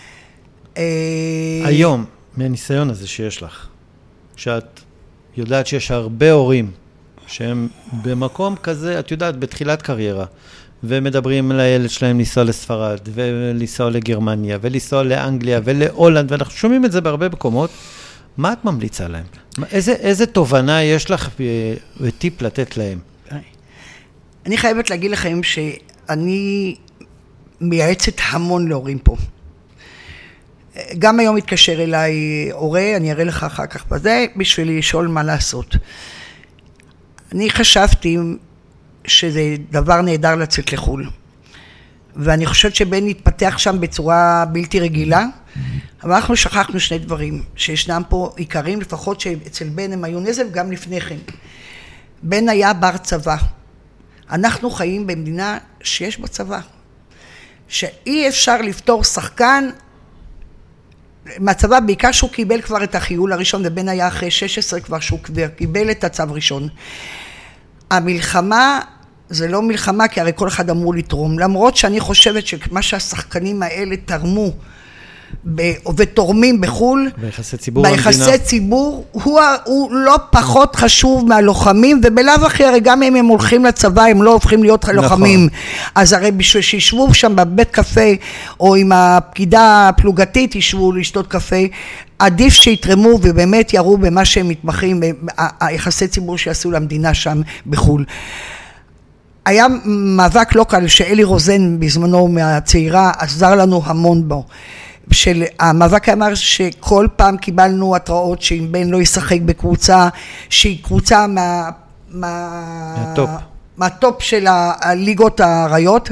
היום, מהניסיון הזה שיש לך, שאת יודעת שיש הרבה הורים שהם במקום כזה, את יודעת, בתחילת קריירה, ומדברים לילד שלהם לנסוע לספרד, ולנסוע לגרמניה, ולנסוע לאנגליה, ולהולנד, ואנחנו שומעים את זה בהרבה מקומות. מה את ממליצה להם? איזה, איזה תובנה יש לך וטיפ לתת להם? אני חייבת להגיד לכם שאני מייעצת המון להורים פה. גם היום מתקשר אליי הורה, אני אראה לך אחר כך בזה, בשביל לשאול מה לעשות. אני חשבתי שזה דבר נהדר לצאת לחול. ואני חושבת שבן התפתח שם בצורה בלתי רגילה, אבל אנחנו שכחנו שני דברים, שישנם פה עיקרים, לפחות שאצל בן הם היו נזב גם לפני כן. בן היה בר צבא. אנחנו חיים במדינה שיש בה צבא. שאי אפשר לפתור שחקן מהצבא, בעיקר שהוא קיבל כבר את החיול הראשון, ובן היה אחרי שש עשרה כבר שהוא כבר קיבל את הצו ראשון. המלחמה זה לא מלחמה, כי הרי כל אחד אמור לתרום. למרות שאני חושבת שמה שהשחקנים האלה תרמו ב, ותורמים בחול, ביחסי ציבור ביחסי המדינה. ציבור, הוא, הוא לא פחות חשוב מהלוחמים, ובלאו אחרי הרי גם אם הם הולכים לצבא, הם לא הופכים להיות לוחמים. נכון. אז הרי בשביל שישבו שם בבית קפה, או עם הפקידה הפלוגתית ישבו לשתות קפה, עדיף שיתרמו ובאמת יראו במה שהם מתמחים, היחסי ציבור שיעשו למדינה שם בחול. היה מאבק לא קל שאלי רוזן בזמנו מהצעירה עזר לנו המון בו. של המאבק אמר שכל פעם קיבלנו התראות שאם בן לא ישחק בקבוצה שהיא קבוצה מה, מה, מהטופ. מהטופ של הליגות הריות,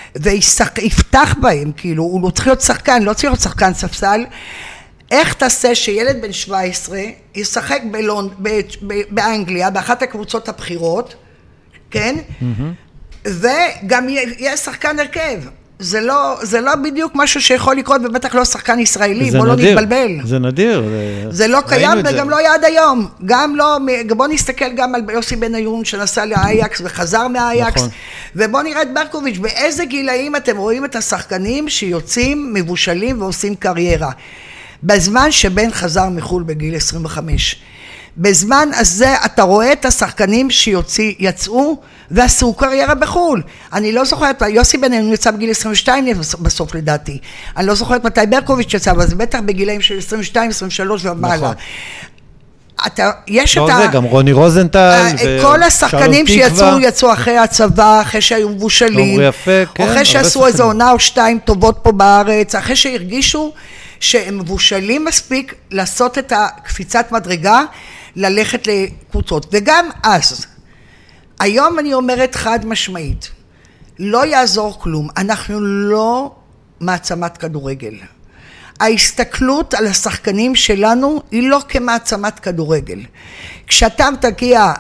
ויפתח בהם, כאילו הוא לא צריך להיות שחקן, לא צריך להיות שחקן ספסל. איך תעשה שילד בן שבע עשרה ישחק בלונד, ב, ב, באנגליה באחת הקבוצות הבחירות, כן? Mm-hmm. וגם יהיה שחקן הרכב. זה לא, זה לא בדיוק משהו שיכול לקרות, ובטח לא שחקן ישראלי, בוא נדיר, לא נתבלבל. זה נדיר. זה, זה לא קיים וגם זה. לא היה עד היום. גם לא, בוא נסתכל גם על יוסי בניון שנסע לאייקס וחזר מאייקס, נכון. ובוא נראה את ברקוביץ', באיזה גילאים אתם רואים את השחקנים שיוצאים, מבושלים ועושים קריירה. בזמן שבן חזר מחול בגיל עשרים וחמש. בזמן הזה אתה רואה את השחקנים שיצאו ועשו קריירה בחול. אני לא זוכרת, יוסי בניון יצא בגיל עשרים ושתיים בסוף לדעתי. אני לא זוכרת מתי ברקוביץ' יצא, אבל זה בטח בגילאים של עשרים ושתיים עשרים ושלוש ומעלה. נכון. אתה, יש לא את זה, ה... גם רוני רוזנטל כל השחקנים שיצאו, יצאו אחרי הצבא, אחרי שהיו מבושלים, כן, אחרי שעשו איזו עונה או שתיים טובות פה בארץ, אחרי שהרגישו שהם מבושלים מספיק לעשות את הקפיצת מדרגה, ללכת לקבוצות. וגם אז, היום אני אומרת חד משמעית, לא יעזור כלום, אנחנו לא מעצמת כדורגל. ההסתכלות על השחקנים שלנו היא לא כמעצמת כדורגל. כשאתה תגיע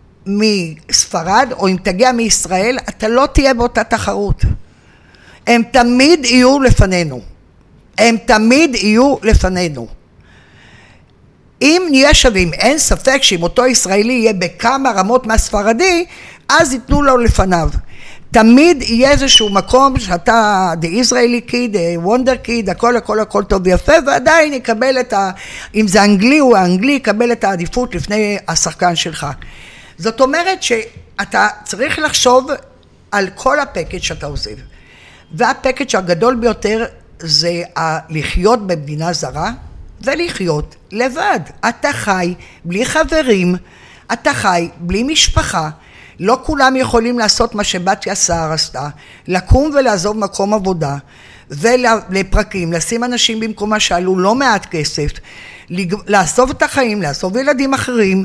מספרד או אם תגיע מישראל, אתה לא תהיה באותה תחרות. הם תמיד יהיו לפנינו. הם תמיד יהיו לפנינו. אם נהיה שווים, אין ספק שאם אותו ישראלי יהיה בכמה רמות מהספרדי, אז ייתנו לו לפניו. תמיד יהיה איזשהו מקום שאתה the Israeli kid, the wonder kid, הכל הכל הכל טוב ויפה, ועדיין יקבל את ה... אם זה אנגלי או האנגלי, יקבל את העדיפות לפני השחקן שלך. זאת אומרת שאתה צריך לחשוב על כל הפקאג' שאתה עוזב. והפקאג' הגדול ביותר זה לחיות במדינה זרה, ולחיות לבד. אתה חי בלי חברים, אתה חי בלי משפחה, לא כולם יכולים לעשות מה שבתיה סער עשתה, לקום ולעזוב מקום עבודה, ולפרקים, לשים אנשים במקומה שעלו לא מעט כסף, לעזוב את החיים, לעזוב ילדים אחרים,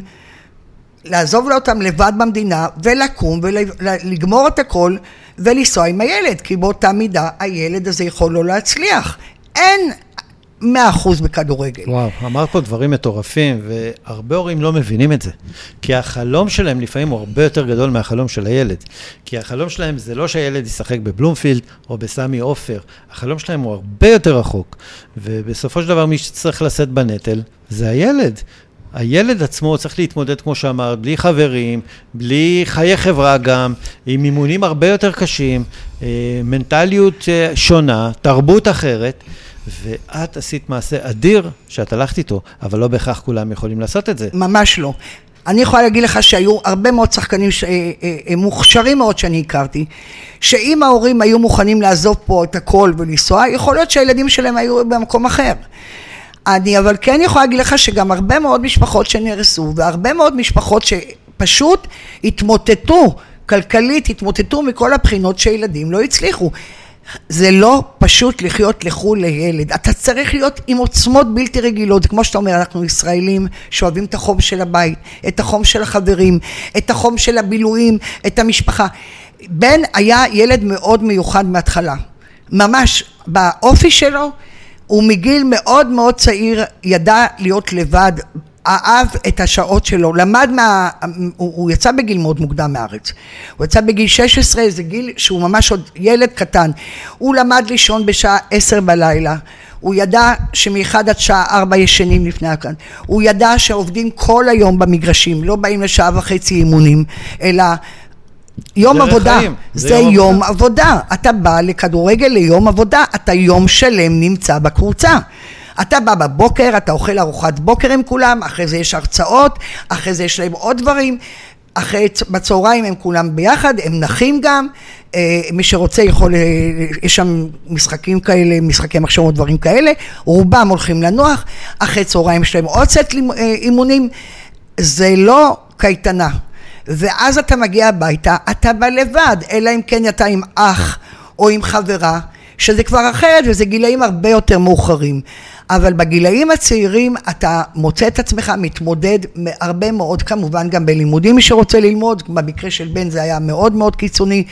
לעזוב אותם לבד במדינה, ולקום ולגמור את הכל, ולנסוע עם הילד, כי באותה מידה הילד הזה יכול לא להצליח. אין מאה אחוז בכדורגל. וואו, אמרת פה דברים מטורפים, והרבה הורים לא מבינים את זה. כי החלום שלהם לפעמים הוא הרבה יותר גדול מהחלום של הילד. כי החלום שלהם זה לא שהילד ישחק בבלומפילד או בסמי עופר. החלום שלהם הוא הרבה יותר רחוק. ובסופו של דבר מי שצריך לשאת בנטל זה הילד. הילד עצמו צריך להתמודד, כמו שאמרת, בלי חברים, בלי חיי חברה גם, עם אימונים הרבה יותר קשים, מנטליות שונה, תרבות אחרת, ואת עשית מעשה אדיר שאת הלכת איתו, אבל לא בהכרח כולם יכולים לעשות את זה. ממש לא. אני יכולה להגיד לך שהיו הרבה מאוד שחקנים ש... מוכשרים מאוד שאני הכרתי, שאם ההורים היו מוכנים לעזוב פה את הכל ולנסוע, יכול להיות שהילדים שלהם היו במקום אחר. אני אבל כן יכולה להגיד לך שגם הרבה מאוד משפחות שנהרסו, והרבה מאוד משפחות שפשוט התמוטטו, כלכלית התמוטטו מכל הבחינות שילדים לא הצליחו. זה לא פשוט לחיות לחול לילד, אתה צריך להיות עם עוצמות בלתי רגילות, כמו שאתה אומר, אנחנו ישראלים שאוהבים את החום של הבית, את החום של החברים, את החום של הבילויים, את המשפחה. בן היה ילד מאוד מיוחד מההתחלה, ממש באופי שלו, הוא מגיל מאוד מאוד צעיר ידע להיות לבד, אהב את השעות שלו, למד מה, הוא, הוא יצא בגיל מאוד מוקדם מארץ, הוא יצא בגיל שש עשרה, זה גיל שהוא ממש עוד ילד קטן, הוא למד לישון בשעה עשר בלילה, הוא ידע שמאחד עד שעה ארבע ישנים לפני הכאן, הוא ידע שעובדים כל היום במגרשים, לא באים לשעה וחצי אימונים, אלא יום עבודה, חיים. זה, זה יום, יום עבודה. עבודה, אתה בא לכדורגל ליום עבודה, אתה יום שלם נמצא בקבוצה, אתה בא בבוקר, אתה אוכל ארוחת בוקר עם כולם, אחרי זה יש הרצאות, אחרי זה יש להם עוד דברים, אחרי בצהריים הם כולם ביחד, הם נחים גם, מי שרוצה יכול, יש שם משחקים כאלה, משחקי מחשב או דברים כאלה, רובם הולכים לנוח, אחרי צהריים יש להם עוד סט אימונים, זה לא קייטנה. ואז אתה מגיע הביתה, אתה בא לבד, אלא אם כן אתה עם אח או עם חברה, שזה כבר אחרת, וזה גילאים הרבה יותר מאוחרים. אבל בגילאים הצעירים אתה מוצא את עצמך מתמודד הרבה מאוד, כמובן גם בלימודים מי שרוצה ללמוד, במקרה של בן זה היה מאוד מאוד קיצוני.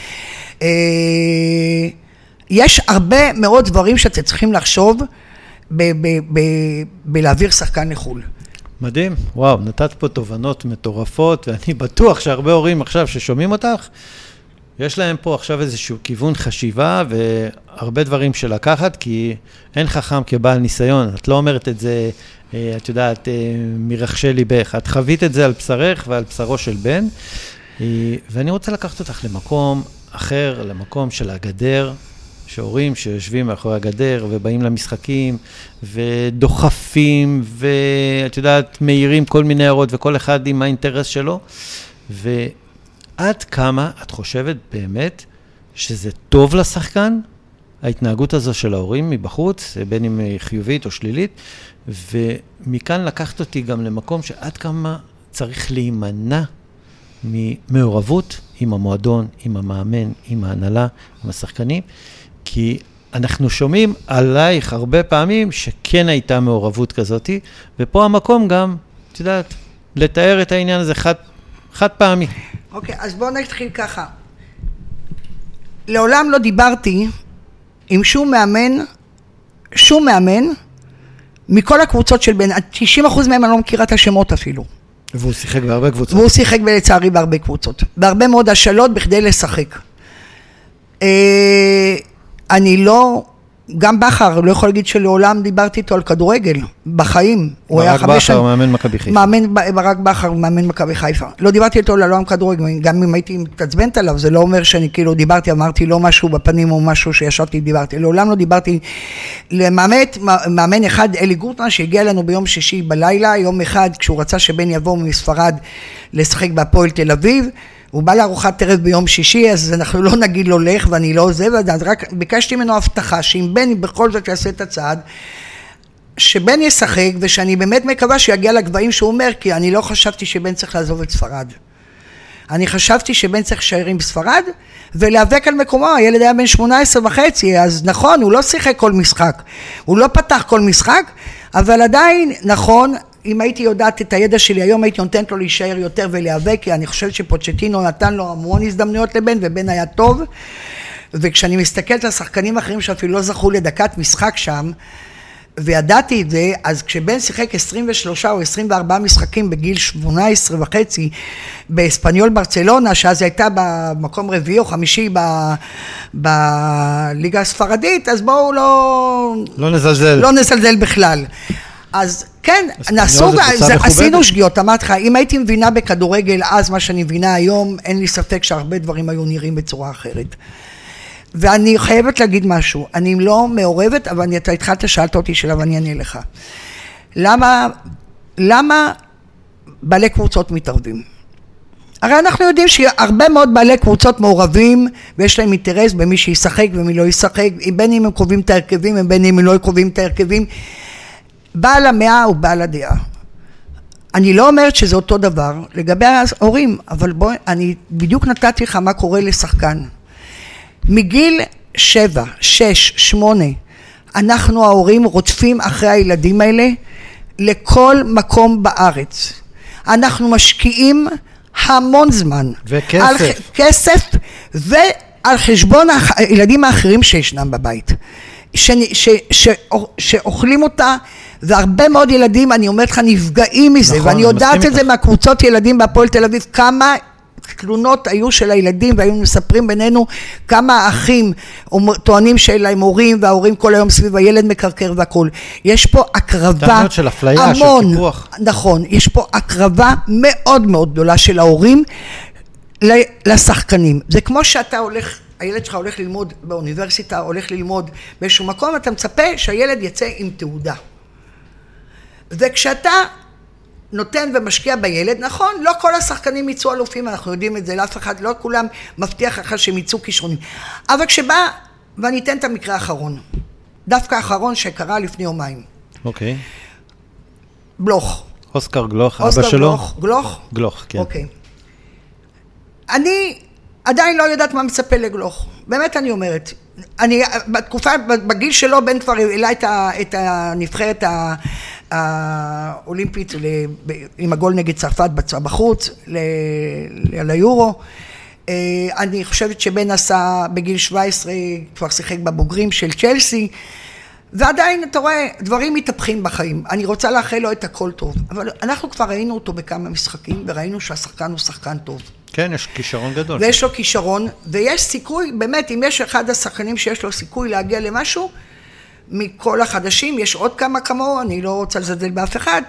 יש הרבה מאוד דברים שאתם צריכים לחשוב ב- ב- ב- בלהעביר שחקן לחול. מדהים, וואו, נתת פה תובנות מטורפות, ואני בטוח שהרבה הורים עכשיו ששומעים אותך, יש להם פה עכשיו איזשהו כיוון חשיבה, והרבה דברים שלקחת, כי אין חכם כבעל ניסיון, את לא אומרת את זה, את יודעת, מרחשי ליבך, את חווית את זה על בשרך ועל בשרו של בן, ואני רוצה לקחת אותך למקום אחר, למקום של הגדר, שהורים שיושבים מאחורי הגדר ובאים למשחקים ודוחפים ואת יודעת מאירים כל מיני הערות וכל אחד עם האינטרס שלו, ועד כמה את חושבת באמת שזה טוב לשחקן ההתנהגות הזו של ההורים מבחוץ, בין אם חיובית או שלילית, ומכאן לקחת אותי גם למקום שעד כמה צריך להימנע ממעורבות עם המועדון, עם המאמן, עם ההנהלה, עם השחקנים, כי אנחנו שומעים עלייך הרבה פעמים שכן הייתה מעורבות כזאת, ופה המקום גם, את יודעת, לתאר את העניין הזה חד, חד פעמי. אוקיי, אז בואו נתחיל ככה. לעולם לא דיברתי עם שום מאמן, שום מאמן, מכל הקבוצות של בן, תשעים אחוז מהם אני לא מכירה את השמות אפילו. והוא שיחק בהרבה קבוצות. והוא שיחק לצערי בהרבה קבוצות. בהרבה מאוד השאלות בכדי לשחק. אני לא, גם בחר, לא יכול להגיד שלעולם דיברתי איתו על כדורגל, בחיים. ברק בחר, מאמן מכבי חיפה. מאמן, ברק בחר, מאמן מכבי חיפה. לא דיברתי איתו לעולם כדורגל, גם אם הייתי מתעצבנת עליו, זה לא אומר שאני כאילו דיברתי, אמרתי לא משהו בפנים או משהו שישבתי, דיברתי. לעולם לא דיברתי, למאמת, מאמן אחד, אלי גורטמן, שהגיע לנו ביום שישי בלילה, יום אחד, כשהוא רצה שבן יבוא מספרד לשחק בהפועל תל אביב, הוא בא לארוחת ערב ביום שישי, אז אנחנו לא נגיד לו לך ואני לא עוזב, אז רק ביקשתי ממנו הבטחה שאם בן בכל זאת יעשה את הצעד, שבן ישחק ושאני באמת מקווה שיגיע לגבהים שהוא אומר, כי אני לא חשבתי שבן צריך לעזוב את ספרד. אני חשבתי שבן צריך להישאר עם ספרד, ולהיאבק על מקומו, הילד היה בן שמונה עשרה וחצי, אז נכון, הוא לא שיחק כל משחק, הוא לא פתח כל משחק, אבל עדיין, נכון, אם הייתי יודעת את הידע שלי היום, הייתי נותנת לו להישאר יותר ולהיאבק, כי אני חושבת שפוצ'טינו נתן לו המון הזדמנויות לבן, ובן היה טוב, וכשאני מסתכלת על שחקנים אחרים שאפילו לא זכו לדקת משחק שם, וידעתי את זה, אז כשבן שיחק עשרים ושלושה או עשרים וארבעה משחקים בגיל שמונה עשרה וחצי באספניול ברצלונה, שאז הייתה במקום רביעי או חמישי ב, בליגה הספרדית, אז בואו לא... לא נזלזל. לא נזלזל בכלל. אז כן, נעשו, זה, עשינו שגיאות, אמרתי לך, אם הייתי מבינה בכדורגל אז מה שאני מבינה היום, אין לי ספק שהרבה דברים היו נראים בצורה אחרת. ואני חייבת להגיד משהו, אני לא מעורבת, אבל אני, אתה התחלת, שאלת אותי שאלה ואני אענה לך. למה, למה בעלי קבוצות מתערבים? הרי אנחנו יודעים שהרבה מאוד בעלי קבוצות מעורבים, ויש להם אינטרס במי שישחק ומי לא ישחק, בין אם הם קובעים את ההרכבים, בין אם הם לא קובעים את ההרכבים, בעל המאה הוא בעל הדעה. אני לא אומרת שזה אותו דבר לגבי ההורים, אבל בוא, אני בדיוק נתתי לך מה קורה לשחקן. מגיל שבע, שש, שמונה, אנחנו ההורים רודפים אחרי הילדים האלה לכל מקום בארץ. אנחנו משקיעים המון זמן. וכסף. על, כסף ועל חשבון הילדים האחרים שישנם בבית. ש, ש, ש, שאוכלים אותה, והרבה מאוד ילדים, אני אומרת לך, נפגעים מזה, נכון, ואני יודעת את זה מהקבוצות ילדים בהפועל תל אביב, כמה תלונות היו של הילדים, והיו מספרים בינינו כמה האחים טוענים שלהם הורים, וההורים כל היום סביב הילד מקרקר והכל. יש פה הקרבה של אפליה, המון, של קיפוח. נכון, יש פה הקרבה מאוד מאוד גדולה של ההורים לשחקנים. זה כמו שאתה הולך, הילד שלך הולך ללמוד באוניברסיטה, הולך ללמוד באיזשהו מקום, אתה מצפה שהילד יצא עם תעודה. וכשאתה נותן ומשקיע בילד, נכון, לא כל השחקנים יצאו אלופים, אנחנו יודעים את זה, לאף אחד, לא כולם מבטיח לך שהם יצאו כישרונים. אבל כשבא, ואני אתן את המקרה האחרון, דווקא האחרון שקרה לפני יומיים. אוקיי. בלוך. אוסקר גלוך, אוסקר אבא שלו? גלוך, גלוך? גלוך, כן. אוקיי. אני עדיין לא יודעת מה מצפה לגלוך. באמת אני אומרת. אני, בתקופה, בגיל שלו, בן כבר העלה את, את הנבחרת האולימפית עם הגול נגד צרפת בחוץ, ליורו. אני חושבת שבן עשה בגיל שבע עשרה, כבר שיחק בבוגרים של צ'לסי, ועדיין אתה רואה, דברים מתהפכים בחיים. אני רוצה לאחל לו את הכל טוב, אבל אנחנו כבר ראינו אותו בכמה משחקים, וראינו שהשחקן הוא שחקן טוב. כן, יש כישרון גדול. ויש לו כישרון, ויש סיכוי, באמת, אם יש אחד השחקנים שיש לו סיכוי להגיע למשהו, מכל החדשים, יש עוד כמה כמוהו, אני לא רוצה לזלזל באף אחד,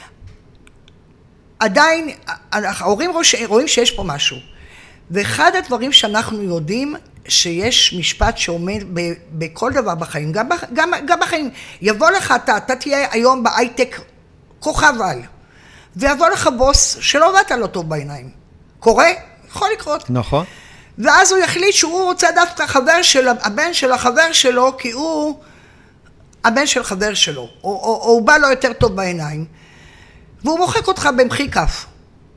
עדיין, ההורים רואים שיש פה משהו. ואחד הדברים שאנחנו יודעים, שיש משפט שעומד ב, בכל דבר בחיים, גם, גם, גם בחיים, יבוא לך אתה, אתה תהיה היום בהייטק כוכב על, ויבוא לך בוס שלא באת לו טוב בעיניים. קורה? יכול לקרות. נכון. ואז הוא יחליט שהוא רוצה דווקא חבר של, הבן של החבר שלו, כי הוא הבן של חבר שלו, או, או, או, או הוא בא לו יותר טוב בעיניים, והוא מוחק אותך במחי כף.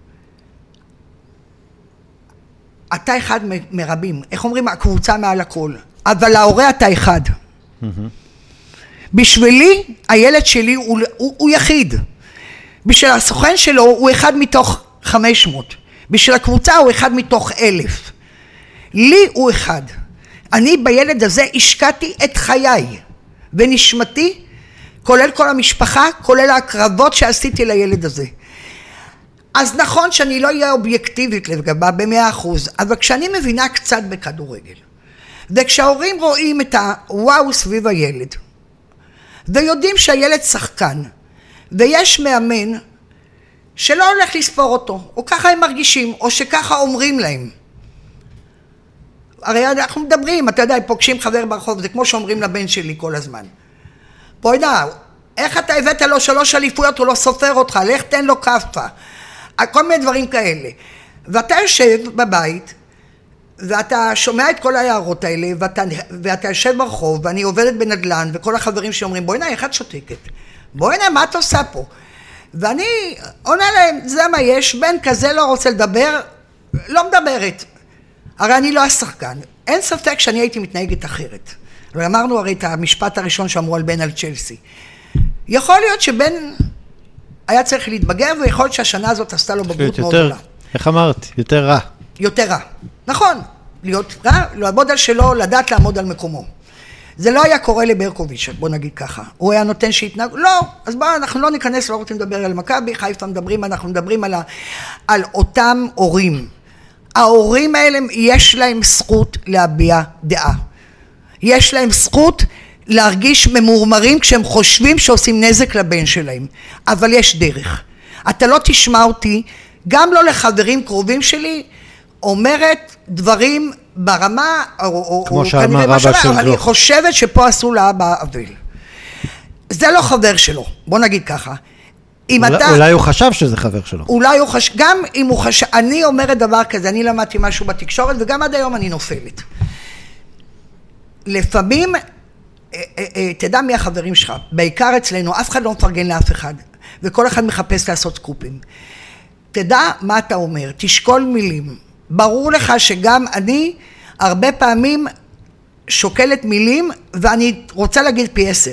אתה אחד מרבים, איך אומרים, הקבוצה מעל הכל, אבל ההורה אתה אחד. Mm-hmm. בשבילי, הילד שלי הוא, הוא, הוא יחיד. בשביל הסוכן שלו הוא אחד מתוך חמש מאות. בשביל הקבוצה הוא אחד מתוך אלף. לי הוא אחד. אני בילד הזה השקעתי את חיי ונשמתי, כולל כל המשפחה, כולל ההקרבות שעשיתי לילד הזה. אז נכון שאני לא אהיה אובייקטיבית לגבה במאה אחוז, אבל כשאני מבינה קצת בכדורגל, וכשההורים רואים את הוואו סביב הילד, ויודעים שהילד שחקן, ויש מאמן שלא הולך לספור אותו, או ככה הם מרגישים, או שככה אומרים להם. הרי אנחנו מדברים, אתה יודע, פוגשים חבר ברחוב, זה כמו שאומרים לבן שלי כל הזמן. בואי נע, איך אתה הבאת לו שלוש אליפויות, הוא לא סופר אותך, לך תן לו כפה. כל מיני דברים כאלה. ואתה יושב בבית, ואתה שומע את כל ההערות האלה, ואתה, ואתה יושב ברחוב, ואני עובדת בנדל"ן, וכל החברים שאומרים, בואי נע, איך את שותקת? בואי נע, מה את עושה פה? ואני עונה להם, זה מה יש, בן כזה לא רוצה לדבר, לא מדברת. הרי אני לא השחקן. אין ספק שאני הייתי מתנהגת אחרת. ואמרנו הרי את המשפט הראשון שאמרו על בן על צ'לסי. יכול להיות שבן היה צריך להתבגר, ויכול להיות שהשנה הזאת עשתה לו בגרות מאוד גדולה. איך אמרת? יותר רע. יותר רע. נכון. להיות רע, לעמוד על שלו, לדעת לעמוד על מקומו. זה לא היה קורה לברקוביץ', בוא נגיד ככה. הוא היה נותן שהתנהג, לא, אז בואו, אנחנו לא ניכנס, לא רוצים לדבר על מכבי, חיפה מדברים, אנחנו מדברים על, ה, על אותם הורים. ההורים האלה, יש להם זכות להביע דעה. יש להם זכות להרגיש ממורמרים כשהם חושבים שעושים נזק לבן שלהם. אבל יש דרך. אתה לא תשמע אותי, גם לא לחברים קרובים שלי, אומרת דברים ברמה, או, כמו או שאמר רבא של גלוך. אני חושבת שפה עשו לאבא אבל. זה לא חבר שלו, בוא נגיד ככה. אולי, אתה, אולי הוא חשב שזה חבר שלו. אולי הוא חשב, גם אם הוא חשב, אני אומרת דבר כזה, אני למדתי משהו בתקשורת, וגם עד היום אני נופלת. לפעמים, תדע מי החברים שלך, בעיקר אצלנו, אף אחד לא מפרגן לאף אחד, וכל אחד מחפש לעשות סקופים. תדע מה אתה אומר, תשקול מילים. ברור לך שגם אני הרבה פעמים שוקלת מילים, ואני רוצה להגיד פי עשר.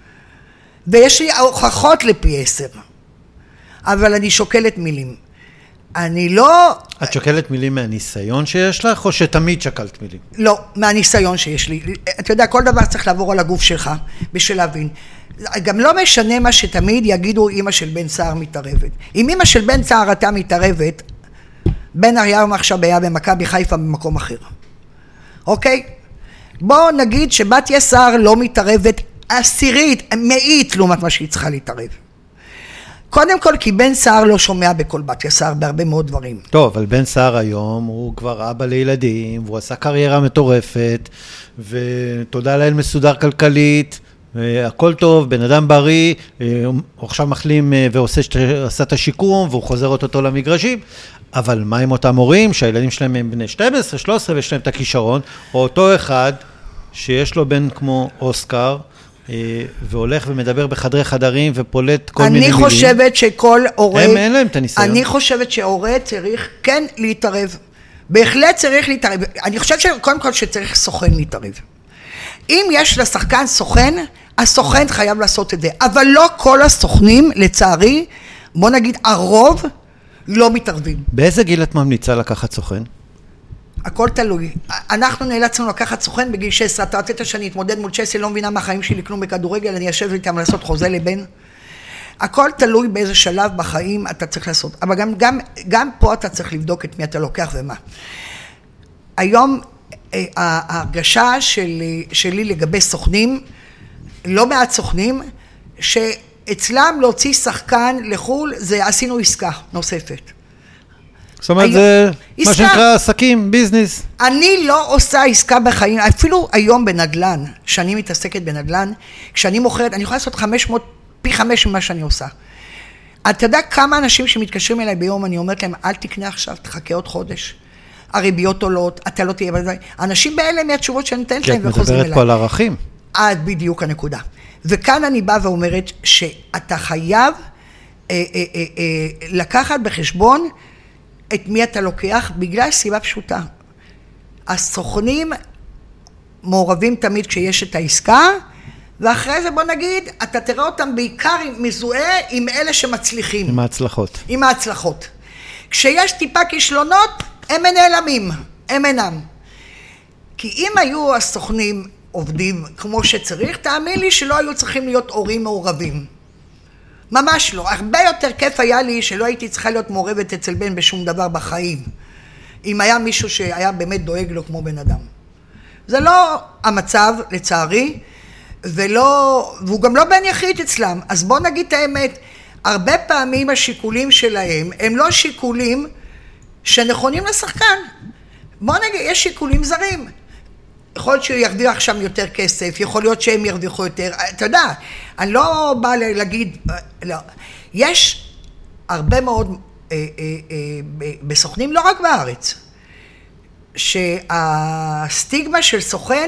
ויש לי הוכחות לפי עשר. אבל אני שוקלת מילים. אני לא... את שוקלת מילים מהניסיון שיש לך, או שתמיד שקלת מילים? לא, מהניסיון שיש לי. אתה יודע, כל דבר צריך לעבור על הגוף שלך, בשביל להבין. גם לא משנה מה שתמיד יגידו אמא של בן סער מתערבת. אם אמא של בן סער הייתה מתערבת, בן אריהו עכשיו היה במכבי חיפה במקום אחר. אוקיי? בואו נגיד שבתיה סער לא מתערבת עשירית, מאית לעומת מה שהיא צריכה להתערב. קודם כל, כי בן סער לא שומע בכל בתיה סער בהרבה מאוד דברים. טוב, אבל בן סער היום הוא כבר אבא לילדים, והוא עשה קריירה מטורפת, ותודה לאל מסודר כלכלית, הכל טוב, בן אדם בריא, הוא עכשיו מחלים ועושה את השיקום, והוא חוזר אותו למגרשים, אבל מה עם אותם הורים שהילדים שלהם הם בני שתים עשרה, שלוש עשרה ויש להם את הכישרון, או אותו אחד שיש לו בן כמו אוסקר, והולך ומדבר בחדרי חדרים ופולט כל מיני מילים. אני חושבת שכל הורה... הם אין להם את הניסיון. אני חושבת שההורה צריך כן להתערב. בהחלט צריך להתערב. אני חושבת שקודם כל שצריך סוכן להתערב. אם יש לשחקן סוכן, הסוכן חייב לעשות את זה. אבל לא כל הסוכנים, לצערי, בוא נגיד, הרוב לא מתערבים. באיזה גיל את ממליצה לקחת סוכן? הכל תלוי. אנחנו נאלצנו לקחת סוכן בגיל שש עשרה, אתה רצית שאני אתמודד מול צ'לסי, לא מבינה מה חיים שלי כלום בכדורגל, אני אשב איתם לעשות חוזה לבן. הכל תלוי באיזה שלב בחיים אתה צריך לעשות. אבל גם, גם, גם פה אתה צריך לבדוק את מי אתה לוקח ומה. היום ההרגשה שלי, שלי לגבי סוכנים, לא מעט סוכנים, שאצלם להוציא שחקן לחול, זה עשינו עסקה נוספת. זאת אומרת, זה מה שנקרא עסקים, ביזנס. אני לא עושה עסקה בחיים, אפילו היום בנדלן, שאני מתעסקת בנדלן, כשאני מוכרת, אני יכולה לעשות חמש מאות, פי חמש ממה שאני עושה. אתה יודע כמה אנשים שמתקשרים אליי ביום, אני אומרת להם, אל תקנה עכשיו, תחכה עוד חודש. הריביות עולות, אתה לא תהיה בזה. אנשים באלה מהתשובות שאני נותנת להם וחוזרים אליי. כי את מדברת פה על ערכים. עד בדיוק הנקודה. וכאן אני באה ואומרת שאתה חייב אה, אה, אה, אה, לקחת בחשבון את מי אתה לוקח, בגלל סיבה פשוטה. הסוכנים מעורבים תמיד כשיש את העסקה, ואחרי זה בוא נגיד, אתה תראה אותם בעיקר מזוהה עם אלה שמצליחים. עם ההצלחות. עם ההצלחות. כשיש טיפה כישלונות, הם נעלמים, הם אינם. כי אם היו הסוכנים עובדים כמו שצריך, תאמין לי שלא היו צריכים להיות הורים מעורבים. ממש לא. הרבה יותר כיף היה לי שלא הייתי צריכה להיות מעורבת אצל בן בשום דבר בחיים. אם היה מישהו שהיה באמת דואג לו כמו בן אדם. זה לא המצב, לצערי, ולא, והוא גם לא בן יחיד אצלם. אז בוא נגיד את האמת, הרבה פעמים השיקולים שלהם הם לא שיקולים שנכונים לשחקן. בוא נגיד, יש שיקולים זרים. יכול להיות שהוא ירוויח שם יותר כסף, יכול להיות שהם ירוויחו יותר, אתה יודע, אני לא באה להגיד, לא. יש הרבה מאוד אה, אה, אה, בסוכנים, לא רק בארץ, שהסטיגמה של סוכן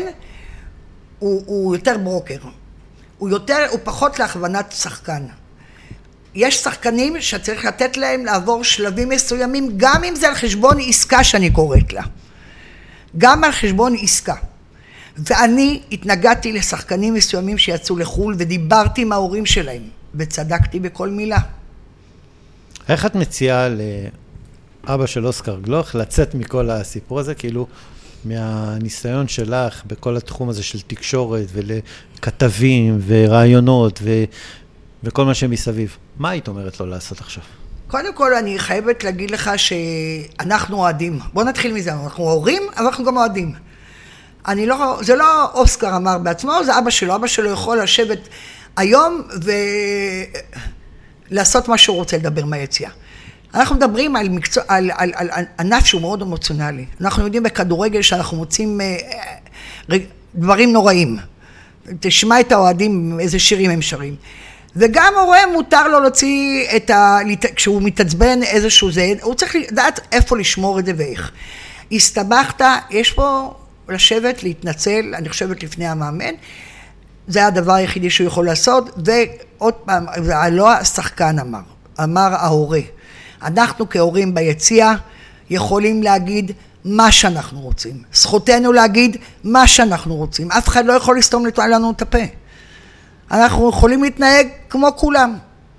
הוא, הוא יותר ברוקר, הוא, יותר, הוא פחות להכוונת שחקן. יש שחקנים שצריך לתת להם לעבור שלבים מסוימים, גם אם זה על חשבון עסקה שאני קוראת לה. גם על חשבון עסקה. ואני התנגדתי לשחקנים מסוימים שיצאו לחול, ודיברתי עם ההורים שלהם, וצדקתי בכל מילה. איך את מציעה לאבא של אוסקר גלוך לצאת מכל הסיפור הזה, כאילו מהניסיון שלך בכל התחום הזה של תקשורת ולכתבים ורעיונות ו... וכל מה שמסביב? מה היית אומרת לו לעשות עכשיו? קודם כל אני חייבת להגיד לך שאנחנו אוהדים. בוא נתחיל מזה, אנחנו הורים, אבל אנחנו גם אוהדים. אני לא, זה לא אוסקר אמר בעצמו, זה אבא שלו. אבא שלו יכול לשבת היום ולעשות מה שהוא רוצה לדבר מהיציאה. אנחנו מדברים על, מקצוע, על, על, על, על ענף שהוא מאוד אמוציונלי. אנחנו יודעים בכדורגל שאנחנו מוצאים אה, דברים נוראים. תשמע את האוהדים, איזה שירים הם שרים. וגם הורה מותר לו להוציא את ה... כשהוא מתעצבן איזשהו זה, הוא צריך לדעת איפה לשמור את זה ואיך. הסתבכת, יש פה לשבת, להתנצל, אני חושבת לפני המאמן, זה הדבר היחידי שהוא יכול לעשות, ועוד פעם, לא השחקן אמר, אמר ההורה. אנחנו כהורים ביציאה יכולים להגיד מה שאנחנו רוצים. זכותנו להגיד מה שאנחנו רוצים. אף אחד לא יכול לסתום לנו את הפה. אנחנו יכולים להתנהג כמו כולם.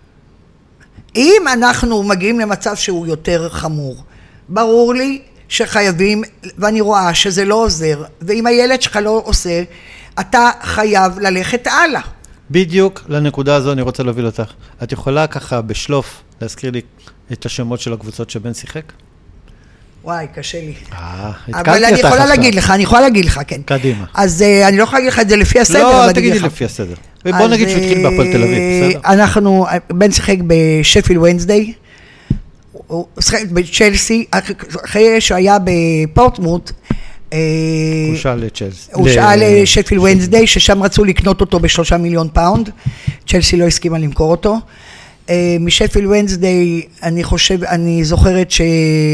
אם אנחנו מגיעים למצב שהוא יותר חמור, ברור לי שחייבים, ואני רואה שזה לא עוזר, ואם הילד שלך לא עושה, אתה חייב ללכת הלאה. בדיוק לנקודה הזו אני רוצה להוביל אותך. את יכולה ככה בשלוף להזכיר לי את השמות של הקבוצות שבן שיחק? וואי, קשה לי. אה, התקלתי אותך אבל אני יכולה עכשיו. להגיד לך, אני יכולה להגיד לך, כן. קדימה. אז uh, אני לא יכולה להגיד לך את זה לפי הסדר. לא, תגידי לפי הסדר. בוא נגיד שהוא התחיל בהפועל תל אביב, בסדר? אנחנו, בן שיחק בשפיל ונסדיי, הוא שיחק בצ'לסי, אחרי שהיה בפורטמוט, הוא שאל לצ'לסי. הוא שאל לשפיל ונסדיי, ששם רצו לקנות אותו בשלושה מיליון פאונד, צ'לסי לא הסכימה למכור אותו. משפיל ונסדיי, אני חושב, אני זוכרת ש...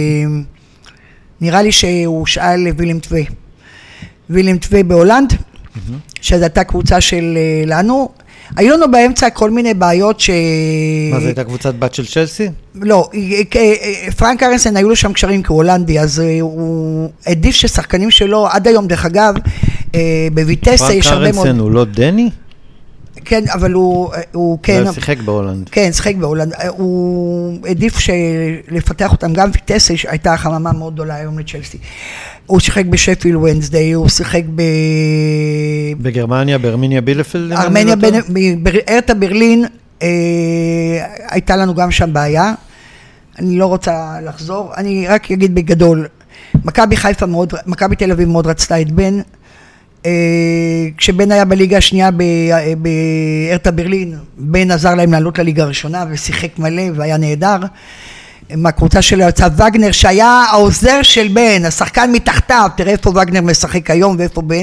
נראה לי שהוא שאל לווילם טווה. וילם טווה בהולנד, שזו הייתה קבוצה של לנו. היו לנו באמצע כל מיני בעיות ש... מה, זו הייתה קבוצת בת של צ'לסי? לא, פרנק ארנסן היו לו שם קשרים כהולנדי, אז הוא עדיף ששחקנים שלו, עד היום דרך אגב, בויטסה יש הרבה מאוד... פרנק ארנסן הוא לא דני? כן, אבל הוא, הוא כן... הוא שיחק בהולנד. כן, שיחק בהולנד. הוא עדיף לפתח אותם, גם ויטסה הייתה חממה מאוד גדולה היום לצ'לסי. הוא שיחק בשפיל ונסדיי, הוא שיחק ב... בגרמניה, בארמניה בילפלד? ארמניה, בארתה ברלין, אה, הייתה לנו גם שם בעיה. אני לא רוצה לחזור, אני רק אגיד בגדול. מכבי חיפה מאוד, מכבי תל אביב מאוד רצתה את בן, כשבן היה בליגה השנייה בארתה ברלין, בן עזר להם לעלות לליגה הראשונה ושיחק מלא והיה נהדר. מהקבוצה שלו יצא וגנר שהיה העוזר של בן, השחקן מתחתיו, תראה איפה וגנר משחק היום ואיפה בן.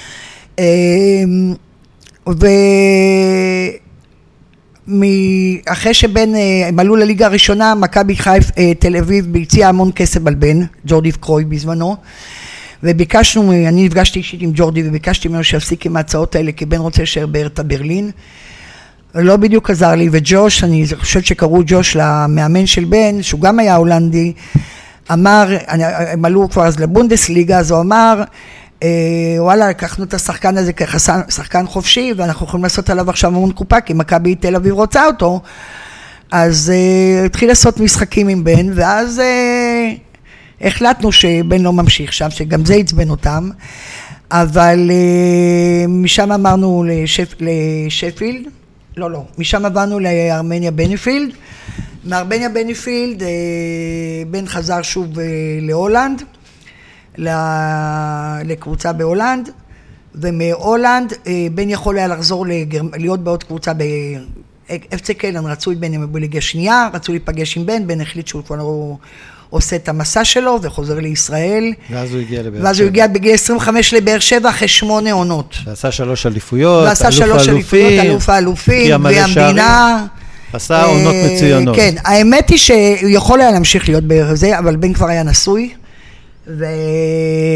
ואחרי שבן הם עלו לליגה הראשונה, מכבי חיפה תל אביב הציעה המון כסף על בן, ג'ורדי קרוי בזמנו. וביקשנו, אני נפגשתי אישית עם ג'ורדי וביקשתי ממנו שיפסיק עם ההצעות האלה, כי בן רוצה להישאר בארתה ברלין. לא בדיוק עזר לי, וג'וש, אני חושבת שקראו ג'וש למאמן של בן, שהוא גם היה הולנדי, אמר, הם עלו כבר אז לבונדסליגה, אז הוא אמר, אה, וואלה, לקחנו את השחקן הזה כשחקן חופשי, ואנחנו יכולים לעשות עליו עכשיו המון קופה, כי מכבי תל אביב רוצה אותו, אז אה, התחיל לעשות משחקים עם בן, ואז... אה, החלטנו שבן לא ממשיך שם, שגם זה יצבן אותם, אבל uh, משם אמרנו לשפ, לשפילד, לא, לא, משם עברנו לארמניה בניפילד, מארמניה בניפילד, uh, בן חזר שוב uh, להולנד, לקבוצה בהולנד, ומהולנד uh, בן יכול היה לחזור לגר... להיות בעוד קבוצה ב-אף סי קלן, רצו את בן בליגה שנייה, רצו להיפגש עם בן, בן החליט שהוא כבר לא... עושה את המסע שלו וחוזר לישראל. ואז הוא הגיע לבאר שבע. ואז הוא הגיע בגיל עשרים וחמש לבאר שבע אחרי שמונה עונות. ועשה שלוש אליפויות, ועשה שלוש אליפויות, אלוף האלופים, והמדינה. עשה עונות מצוינות. כן, האמת היא שהוא יכול היה להמשיך להיות בזה, אבל בן כבר היה נשוי,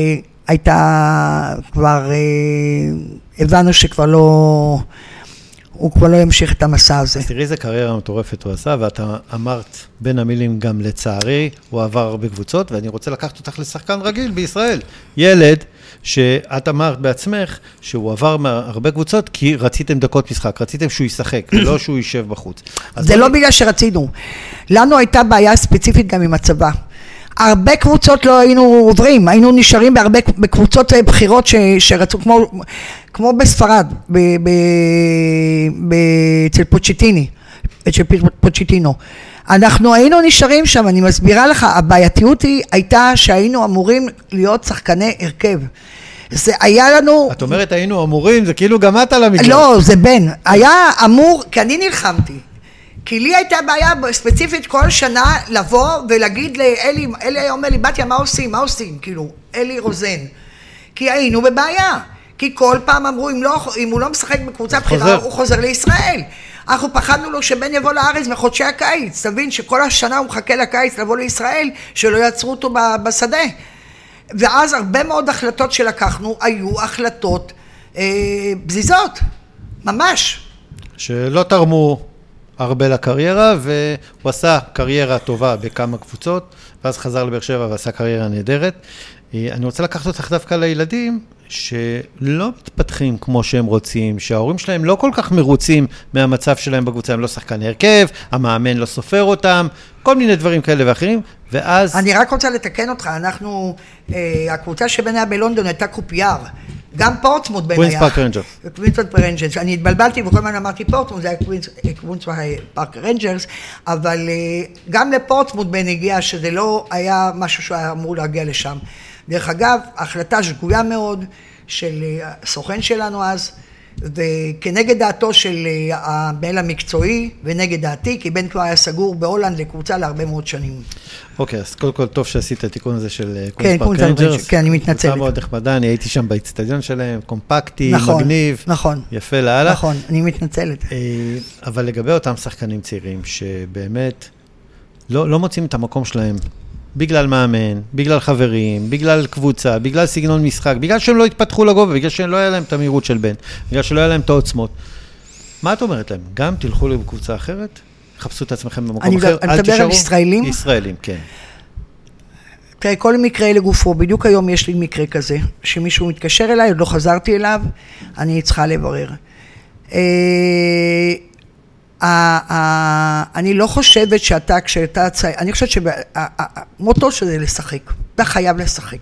והייתה כבר, הבנו שכבר לא, הוא כבר לא ימשיך את המסע הזה. אז תראי איזה קריירה מטורפת הוא עשה, ואתה אמרת בין המילים גם לצערי, הוא עבר הרבה קבוצות, ואני רוצה לקחת אותך לשחקן רגיל בישראל. ילד שאת אמרת בעצמך, שהוא עבר מהרבה קבוצות, כי רציתם דקות משחק, רציתם שהוא ישחק, ולא שהוא יישב בחוץ. זה לא בגלל שרצינו. לנו הייתה בעיה ספציפית גם עם הצבא. הרבה קבוצות לא היינו עוברים, היינו נשארים בהרבה בקבוצות בחירות ש, שרצו, כמו, כמו בספרד, ב, ב, ב, אצל פוצ'טיני, אצל פוצ'טינו. אנחנו היינו נשארים שם, אני מסבירה לך, הבעייתיות היא הייתה שהיינו אמורים להיות שחקני הרכב. זה היה לנו... את אומרת היינו אמורים, זה כאילו גם את על המגרש. לא, זה בן. היה אמור, כי אני נלחמתי. כי לי הייתה בעיה ספציפית כל שנה לבוא ולהגיד לאלי, אלי היה אומר לי, בתיה, מה עושים? מה עושים? כאילו, אלי רוזן. כי היינו בבעיה. כי כל פעם אמרו, אם, לא, אם הוא לא משחק בקבוצה בחירה, הוא חוזר לישראל. אנחנו פחדנו לו שבן יבוא לארץ בחודשי הקיץ. תבין שכל השנה הוא מחכה לקיץ לבוא לישראל, שלא יעצרו אותו בשדה. ואז הרבה מאוד החלטות שלקחנו היו החלטות אה, בזיזות. ממש. שלא תרמו הרבה לקריירה, והוא עשה קריירה טובה בכמה קבוצות, ואז חזר לבאר שבע ועשה קריירה נהדרת. אני רוצה לקחת אותך דווקא לילדים, שלא מתפתחים כמו שהם רוצים, שההורים שלהם לא כל כך מרוצים מהמצב שלהם בקבוצה, הם לא שחקני הרכב, המאמן לא סופר אותם, כל מיני דברים כאלה ואחרים, ואז... אני רק רוצה לתקן אותך, אנחנו, אה, הקבוצה שבין היה בלונדון הייתה קופייר, גם פורטסמוט בין היה. קווינס פארק רנג'רס. קווינס פארק רנג'רס, אני התבלבלתי וכל הזמן אמרתי פורטסמוט, זה היה קווינס פארק רנג'רס, אבל אה, גם לפורטסמוט בין הגיע שזה לא היה משהו שהיה אמור להגיע לשם. דרך אגב, החלטה שגויה מאוד של הסוכן שלנו אז, וכנגד דעתו של המנהל המקצועי ונגד דעתי, כי בן כבר היה סגור בהולנד לקבוצה להרבה מאוד שנים. אוקיי, אז קודם כל טוב שעשית את התיקון הזה של קווינס פארק רנג'רס. כן, אני מתנצלת. קבוצה מאוד נחמדה, אני הייתי שם באצטדיון שלהם, קומפקטי, נכון, מגניב, נכון, יפה לאללה. נכון, אני מתנצלת. אבל לגבי אותם שחקנים צעירים, שבאמת לא, לא מוצאים את המקום שלהם, בגלל מאמן, בגלל חברים, בגלל קבוצה, בגלל סגנון משחק, בגלל שהם לא התפתחו לגובה, בגלל שהם לא היה להם את המהירות של בן, בגלל שלא היה להם את העוצמות. מה את אומרת להם? גם תלכו לקבוצה אחרת? חפשו את עצמכם במקום אחר? אני מדבר על ישראלים? ישראלים, כן. תראה, כל מקרה לגופו, בדיוק היום יש לי מקרה כזה, שמישהו מתקשר אליי, עוד לא חזרתי אליו, אני צריכה לברר. אני לא חושבת שאתה, כשאתה צעיר, אני חושבת שהמוטו שזה לשחק, אתה חייב לשחק.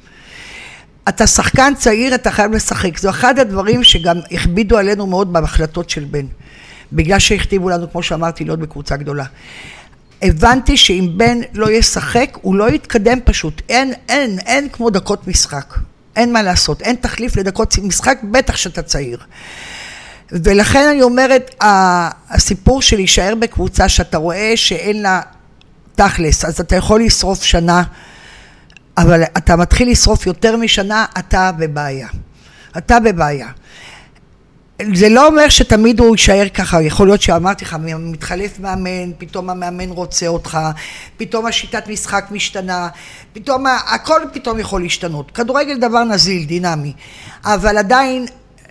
אתה שחקן צעיר, אתה חייב לשחק. זו אחד הדברים שגם הכבידו עלינו מאוד בהחלטות של בן, בגלל שהכתיבו לנו, כמו שאמרתי, להיות בקבוצה גדולה. הבנתי שאם בן לא ישחק, הוא לא יתקדם פשוט. אין, אין, אין כמו דקות משחק. אין מה לעשות, אין תחליף לדקות משחק, בטח שאתה צעיר. ולכן אני אומרת, הסיפור של להישאר בקבוצה שאתה רואה שאין לה תכלס, אז אתה יכול לשרוף שנה, אבל אתה מתחיל לשרוף יותר משנה, אתה בבעיה. אתה בבעיה. זה לא אומר שתמיד הוא יישאר ככה, יכול להיות שאמרתי לך, מתחלף מאמן, פתאום המאמן רוצה אותך, פתאום השיטת משחק משתנה, פתאום, הכל פתאום יכול להשתנות. כדורגל דבר נזיל, דינמי, אבל עדיין,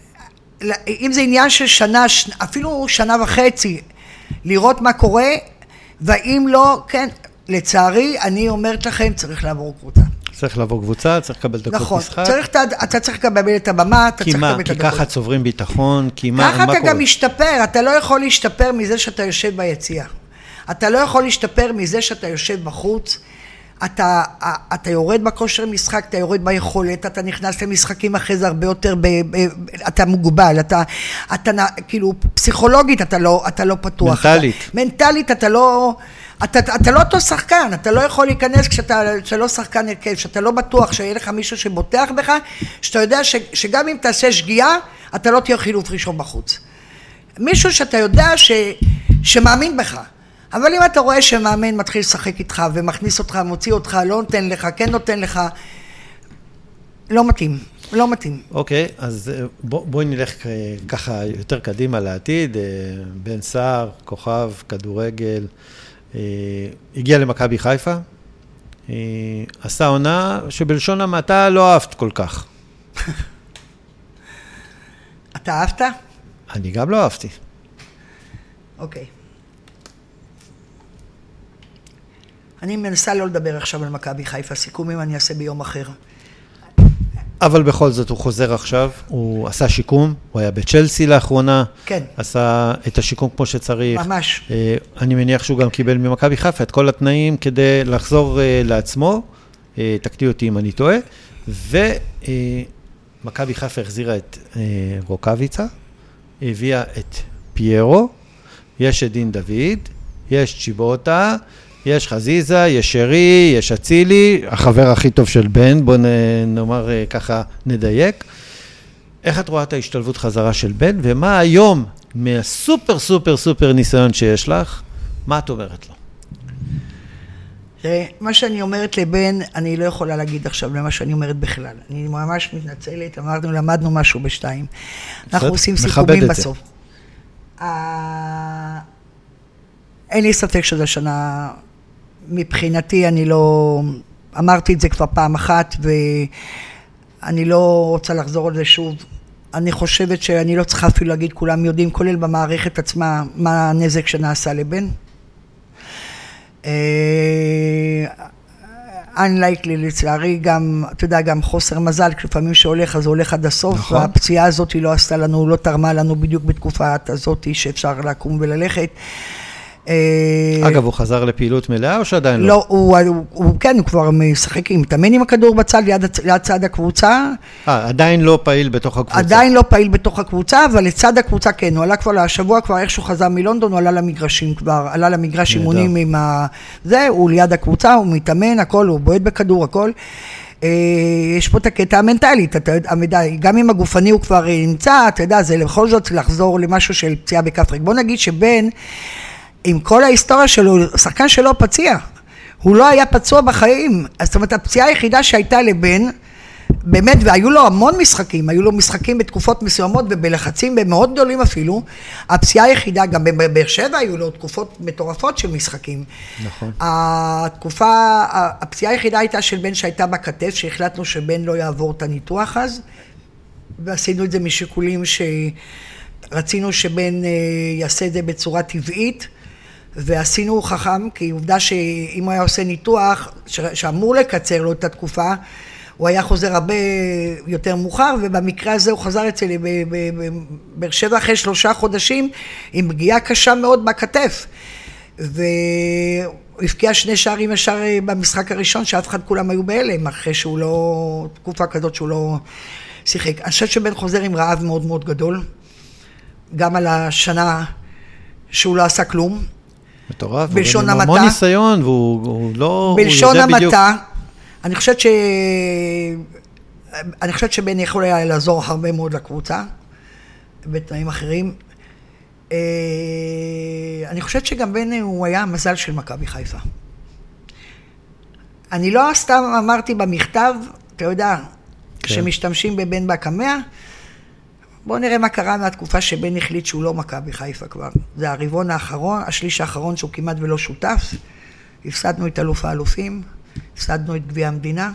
אם זה עניין של שנה, אפילו שנה וחצי, לראות מה קורה, ואם לא, כן, לצערי, אני אומרת לכם, צריך לעבור קבוצה. צריך לעבור קבוצה, צריך לקבל דקות נכון, משחק. נכון, אתה צריך לקבל את הבמה, אתה צריך לקבל את הדקות. כי ככה צוברים ביטחון, כי מה, ככה מה אתה קורה? גם משתפר, אתה לא יכול להשתפר מזה שאתה יושב ביציאה. אתה לא יכול להשתפר מזה שאתה יושב בחוץ, אתה, אתה יורד בכושר משחק, אתה יורד ביכולת, אתה נכנס למשחקים אחרי זה הרבה יותר, ב, ב, אתה מוגבל, אתה, אתה כאילו פסיכולוגית אתה לא, אתה לא פתוח. מנטלית. אתה, מנטלית אתה לא, אתה, אתה לא אותו שחקן, אתה לא יכול להיכנס כשאתה, כשאתה לא שחקן הרכב, שאתה לא בטוח שיהיה לך מישהו שבוטח בך, שאתה יודע ש, שגם אם תעשה שגיאה, אתה לא תהיה חילוף ראשון בחוץ. מישהו שאתה יודע ש, שמאמין בך. אבל אם אתה רואה שמאמן מתחיל לשחק איתך ומכניס אותך, מוציא אותך, לא נותן לך, כן נותן לך, לא מתאים, לא מתאים. אוקיי, אז בוא, בואי נלך ככה יותר קדימה לעתיד. בן סער, כוכב, כדורגל, הגיע למכבי חיפה, עשה עונה שבלשון המעטה לא אהבת כל כך. אתה אהבת? אני גם לא אהבתי. אוקיי. אני מנסה לא לדבר עכשיו על מכבי חיפה, סיכומים אני אעשה ביום אחר. אבל בכל זאת הוא חוזר עכשיו, הוא עשה שיקום, הוא היה בצ'לסי לאחרונה, כן. עשה את השיקום כמו שצריך. ממש. אני מניח שהוא גם קיבל ממכבי חיפה את כל התנאים כדי לחזור לעצמו, תקטי אותי אם אני טועה, ומכבי חיפה החזירה את רוקאביצה, הביאה את פיירו, יש את דין דוד, יש צ'יבוטה, יש חזיזה, יש שרי, יש אצילי, החבר הכי טוב של בן, בוא נאמר ככה נדייק. איך את רואה את ההשתלבות חזרה של בן, ומה היום מהסופר סופר סופר ניסיון שיש לך, מה את אומרת לו? תראה, מה שאני אומרת לבן, אני לא יכולה להגיד עכשיו למה שאני אומרת בכלל. אני ממש מתנצלת, אמרנו, למדנו משהו בשתיים. אנחנו עושים סיכומים בסוף. אין לי ספק שזו שנה, מבחינתי אני לא, אמרתי את זה כבר פעם אחת, ואני לא רוצה לחזור על זה שוב. אני חושבת שאני לא צריכה אפילו להגיד, כולם יודעים, כולל במערכת עצמה, מה הנזק שנעשה לבן. unlikely לצערי, גם, אתה יודע, גם חוסר מזל, לפעמים שהולך, אז הוא הולך עד הסוף, נכון. והפציעה הזאת היא לא עשתה לנו, לא תרמה לנו בדיוק בתקופה הזאת שאפשר לקום וללכת. אגב, הוא חזר לפעילות מלאה או שעדיין לא? לא, הוא, הוא, הוא כן, הוא כבר משחק עם תאמן עם הכדור בצד, ליד, ליד צד הקבוצה. אה, עדיין לא פעיל בתוך הקבוצה. עדיין לא פעיל בתוך הקבוצה, אבל לצד הקבוצה כן, הוא עלה כבר לשבוע, כבר איכשהו חזר מלונדון, הוא עלה למגרשים כבר, עלה למגרש אימונים עם ה... זה, הוא ליד הקבוצה, הוא מתאמן, הכל, הוא בועט בכדור, הכל. יש פה את הקטע המנטלית, גם אם הגופני הוא כבר נמצא, אתה יודע, זה בכל זאת לחזור למשהו של פציעה בכף רגל. בוא נגיד שבן, עם כל ההיסטוריה שלו, שחקן שלו פציע, הוא לא היה פצוע בחיים, אז זאת אומרת, הפציעה היחידה שהייתה לבן, באמת, והיו לו המון משחקים, היו לו משחקים בתקופות מסוימות ובלחצים מאוד גדולים אפילו, הפציעה היחידה, גם בבאר שבע היו לו תקופות מטורפות של משחקים. נכון. התקופה, הפציעה היחידה הייתה של בן שהייתה בכתף, שהחלטנו שבן לא יעבור את הניתוח אז, ועשינו את זה משיקולים שרצינו שבן יעשה את זה בצורה טבעית, ועשינו חכם, כי עובדה שאם הוא היה עושה ניתוח, שאמור לקצר לו את התקופה, הוא היה חוזר הרבה יותר מאוחר, ובמקרה הזה הוא חזר אצלי בבאר שבע אחרי שלושה חודשים, עם פגיעה קשה מאוד בכתף. והוא הפקיע שני שערים ישר במשחק הראשון, שאף אחד כולם היו בהלם, אחרי שהוא לא, תקופה כזאת שהוא לא שיחק. אני חושבת שבן חוזר עם רעב מאוד מאוד גדול, גם על השנה שהוא לא עשה כלום. מטורף, בלשון המעטה. המון ניסיון, והוא לא... בלשון המעטה, אני חושבת ש... אני חושבת שבן יכול היה לעזור הרבה מאוד לקבוצה, בתנאים אחרים. אני חושבת שגם בן הוא היה המזל של מכבי חיפה. אני לא סתם אמרתי במכתב, אתה יודע, כן. שמשתמשים בבן בהקמע, בואו נראה מה קרה מהתקופה שבן החליט שהוא לא מכבי חיפה כבר. זה הרבעון האחרון, השליש האחרון שהוא כמעט ולא שותף. הפסדנו את אלוף האלופים, הפסדנו את גביע המדינה.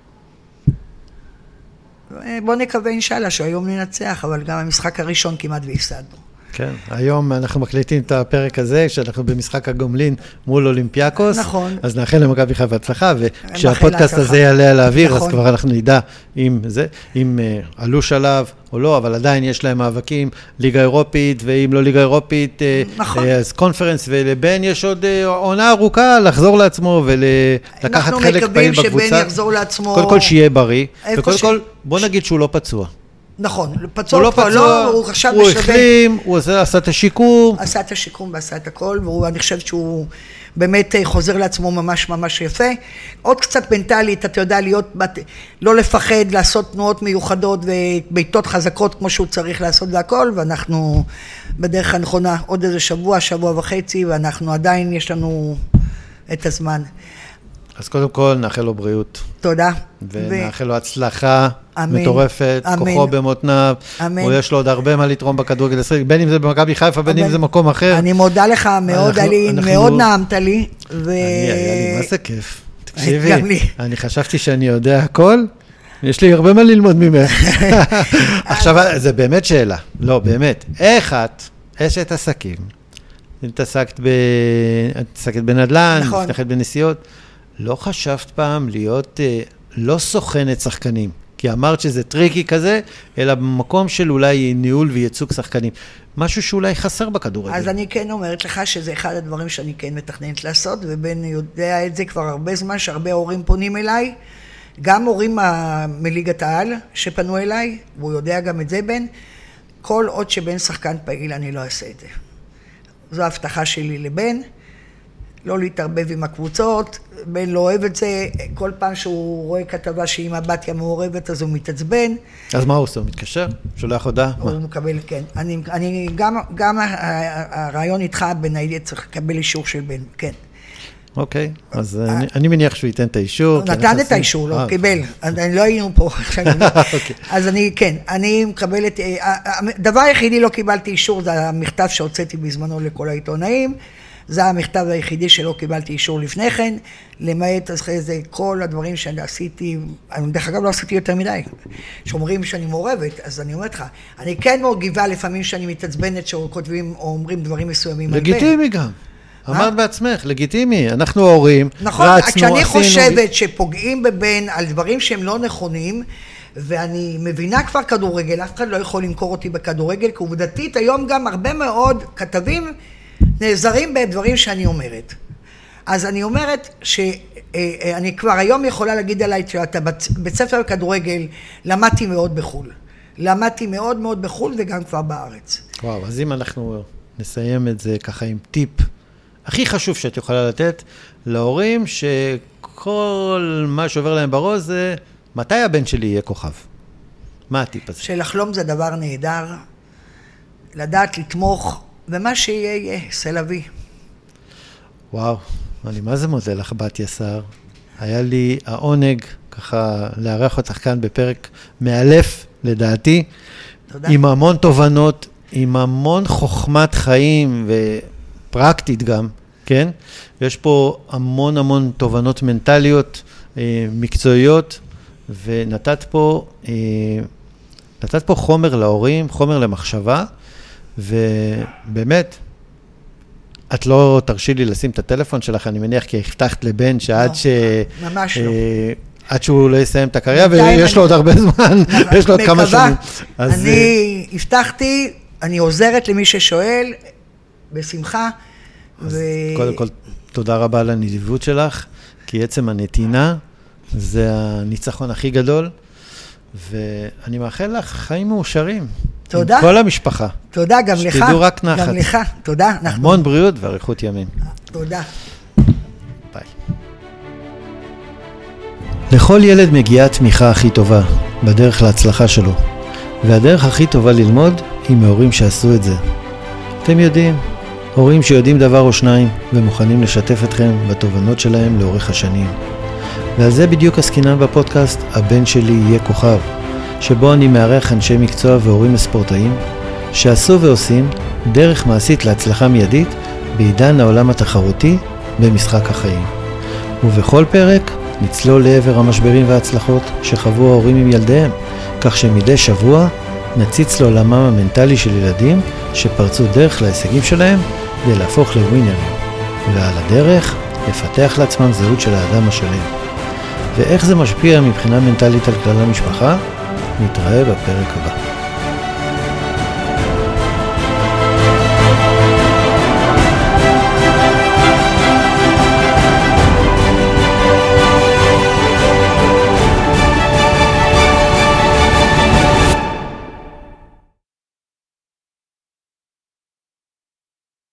בואו נקווה אינשאללה שהיום ננצח, אבל גם המשחק הראשון כמעט והפסדנו. כן, היום אנחנו מקליטים את הפרק הזה, שאנחנו במשחק הגומלין מול אולימפיאקוס. נכון. אז נאחל למכבי חיפה הצלחה, וכשהפודקאסט הזה יעלה על האוויר, אז כבר אנחנו נדע אם זה, אם עלו שלב או לא, אבל עדיין יש להם מאבקים, ליגה אירופית, ואם לא ליגה אירופית, אז קונפרנס, ולבן יש עוד עונה ארוכה לחזור לעצמו, ולקחת חלק פעיל בקבוצה. אנחנו מקווים שבן יחזור לעצמו. קודם כל שיהיה בריא, וקודם כל בוא נגיד שהוא לא פצוע. נכון, פצוע כבר לא, הוא חשב הוא החלים, הוא עשה את השיקום. עשה את השיקום ועשה את הכל, ואני חושבת שהוא באמת חוזר לעצמו ממש ממש יפה. עוד קצת מנטלית, אתה יודע, להיות, לא לפחד, לעשות תנועות מיוחדות וביתות חזקות כמו שהוא צריך לעשות והכל, ואנחנו בדרך הנכונה עוד איזה שבוע, שבוע וחצי, ואנחנו עדיין, יש לנו את הזמן. אז קודם כל נאחל לו בריאות. תודה. ונאחל לו הצלחה מטורפת, כוחו במותניו. הוא יש לו עוד הרבה מה לתרום בכדורגל הישראלי, בין אם זה במכבי חיפה, בין אם זה מקום אחר. אני מודה לך מאוד, אלין, מאוד נעמת לי. היה לי, מה זה כיף. תקשיבי, אני חשבתי שאני יודע הכל, יש לי הרבה מה ללמוד ממך. עכשיו, זה באמת שאלה. לא, באמת. איך את, אשת עסקים, התעסקת, ב... התעסקת בנדל"ן, נכון. התעסקת בנסיעות. לא חשבת פעם להיות אה, לא סוכנת שחקנים, כי אמרת שזה טריקי כזה, אלא במקום של אולי ניהול וייצוג שחקנים. משהו שאולי חסר בכדורגל. אז אני כן אומרת לך שזה אחד הדברים שאני כן מתכננת לעשות, ובן יודע את זה כבר הרבה זמן, שהרבה הורים פונים אליי, גם הורים מליגת העל שפנו אליי, והוא יודע גם את זה בן, כל עוד שבן שחקן פעיל אני לא אעשה את זה. זו ההבטחה שלי לבן, לא להתערבב עם הקבוצות, בן לא אוהב את זה, כל פעם שהוא רואה כתבה שאמא בתיה מעורבת אז הוא מתעצבן. אז מה הוא עושה? הוא מתקשר? שולח הודעה? הוא מקבל, כן. אני, אני, גם, גם הרעיון איתך בניידת צריך לקבל אישור של בן, כן. אוקיי, אז אני, אני מניח שהוא ייתן את האישור. הוא נתן את האישור, לא קיבל. אני לא היינו פה. אז אני, כן, אני מקבלת, הדבר היחידי לא קיבלתי אישור, זה המכתב שהוצאתי בזמנו לכל העיתונאים, זה המכתב היחידי שלא קיבלתי אישור לפני כן, למעט אחרי זה כל הדברים שאני עשיתי, אני דרך אגב לא עשיתי יותר מדי, שאומרים שאני מעורבת, אז אני אומרת לך, אני כן מגיבה לפעמים שאני מתעצבנת שכותבים או אומרים דברים מסוימים. לגיטימי גם. אמרת בעצמך, לגיטימי, אנחנו ההורים, נכון, רצנו, כשאני עשינו... חושבת שפוגעים בבן על דברים שהם לא נכונים, ואני מבינה כבר כדורגל, אף אחד לא יכול למכור אותי בכדורגל, כי עובדתית היום גם הרבה מאוד כתבים נעזרים בדברים שאני אומרת. אז אני אומרת שאני כבר היום יכולה להגיד עליי, שאתה בית ספר בכדורגל, למדתי מאוד בחול. למדתי מאוד מאוד בחול וגם כבר בארץ. וואו, אז אם אנחנו נסיים את זה ככה עם טיפ, הכי חשוב שאת יכולה לתת להורים שכל מה שעובר להם בראש זה מתי הבן שלי יהיה כוכב? מה הטיפ הזה? שלחלום זה דבר נהדר, לדעת לתמוך, ומה שיהיה יהיה, סלבי. וואו, אני מה זה מודה לך בתיה שר? היה לי העונג ככה לארח אותך כאן בפרק מאלף לדעתי, תודה. עם המון תובנות, עם המון חוכמת חיים ופרקטית גם, כן? יש פה המון המון תובנות מנטליות, מקצועיות, ונתת פה, נתת פה חומר להורים, חומר למחשבה, ובאמת, את לא תרשי לי לשים את הטלפון שלך, אני מניח כי הבטחת לבן שעד ש... ממש לא. עד שהוא לא יסיים את הקריירה, ויש לו עוד הרבה זמן, יש לו עוד כמה שנים. אני הבטחתי, אני עוזרת למי ששואל, בשמחה. קודם כל, תודה רבה על הנדיבות שלך, כי עצם הנתינה, זה הניצחון הכי גדול, ואני מאחל לך חיים מאושרים. תודה. עם כל המשפחה. תודה, גם לך. שתדעו רק נחת. גם לך, תודה. המון בריאות ואריכות ימים. תודה. ביי. לכל ילד מגיעה התמיכה הכי טובה, בדרך להצלחה שלו. והדרך הכי טובה ללמוד היא מהורים שעשו את זה. אתם יודעים, הורים שיודעים דבר או שניים ומוכנים לשתף אתכם בתובנות שלהם לאורך השנים. ועל זה בדיוק עסקינן בפודקאסט הבן שלי יהיה כוכב, שבו אני מארח אנשי מקצוע והורים וספורטאים שעשו ועושים דרך מעשית להצלחה מיידית בעידן העולם התחרותי במשחק החיים. ובכל פרק נצלול לעבר המשברים וההצלחות שחוו ההורים עם ילדיהם, כך שמדי שבוע נציץ לעולמם המנטלי של ילדים שפרצו דרך להישגים שלהם כדי להפוך לווינרים, ועל הדרך לפתח לעצמם זהות של האדם השלם. ואיך זה משפיע מבחינה מנטלית על כלל המשפחה? נתראה בפרק הבא.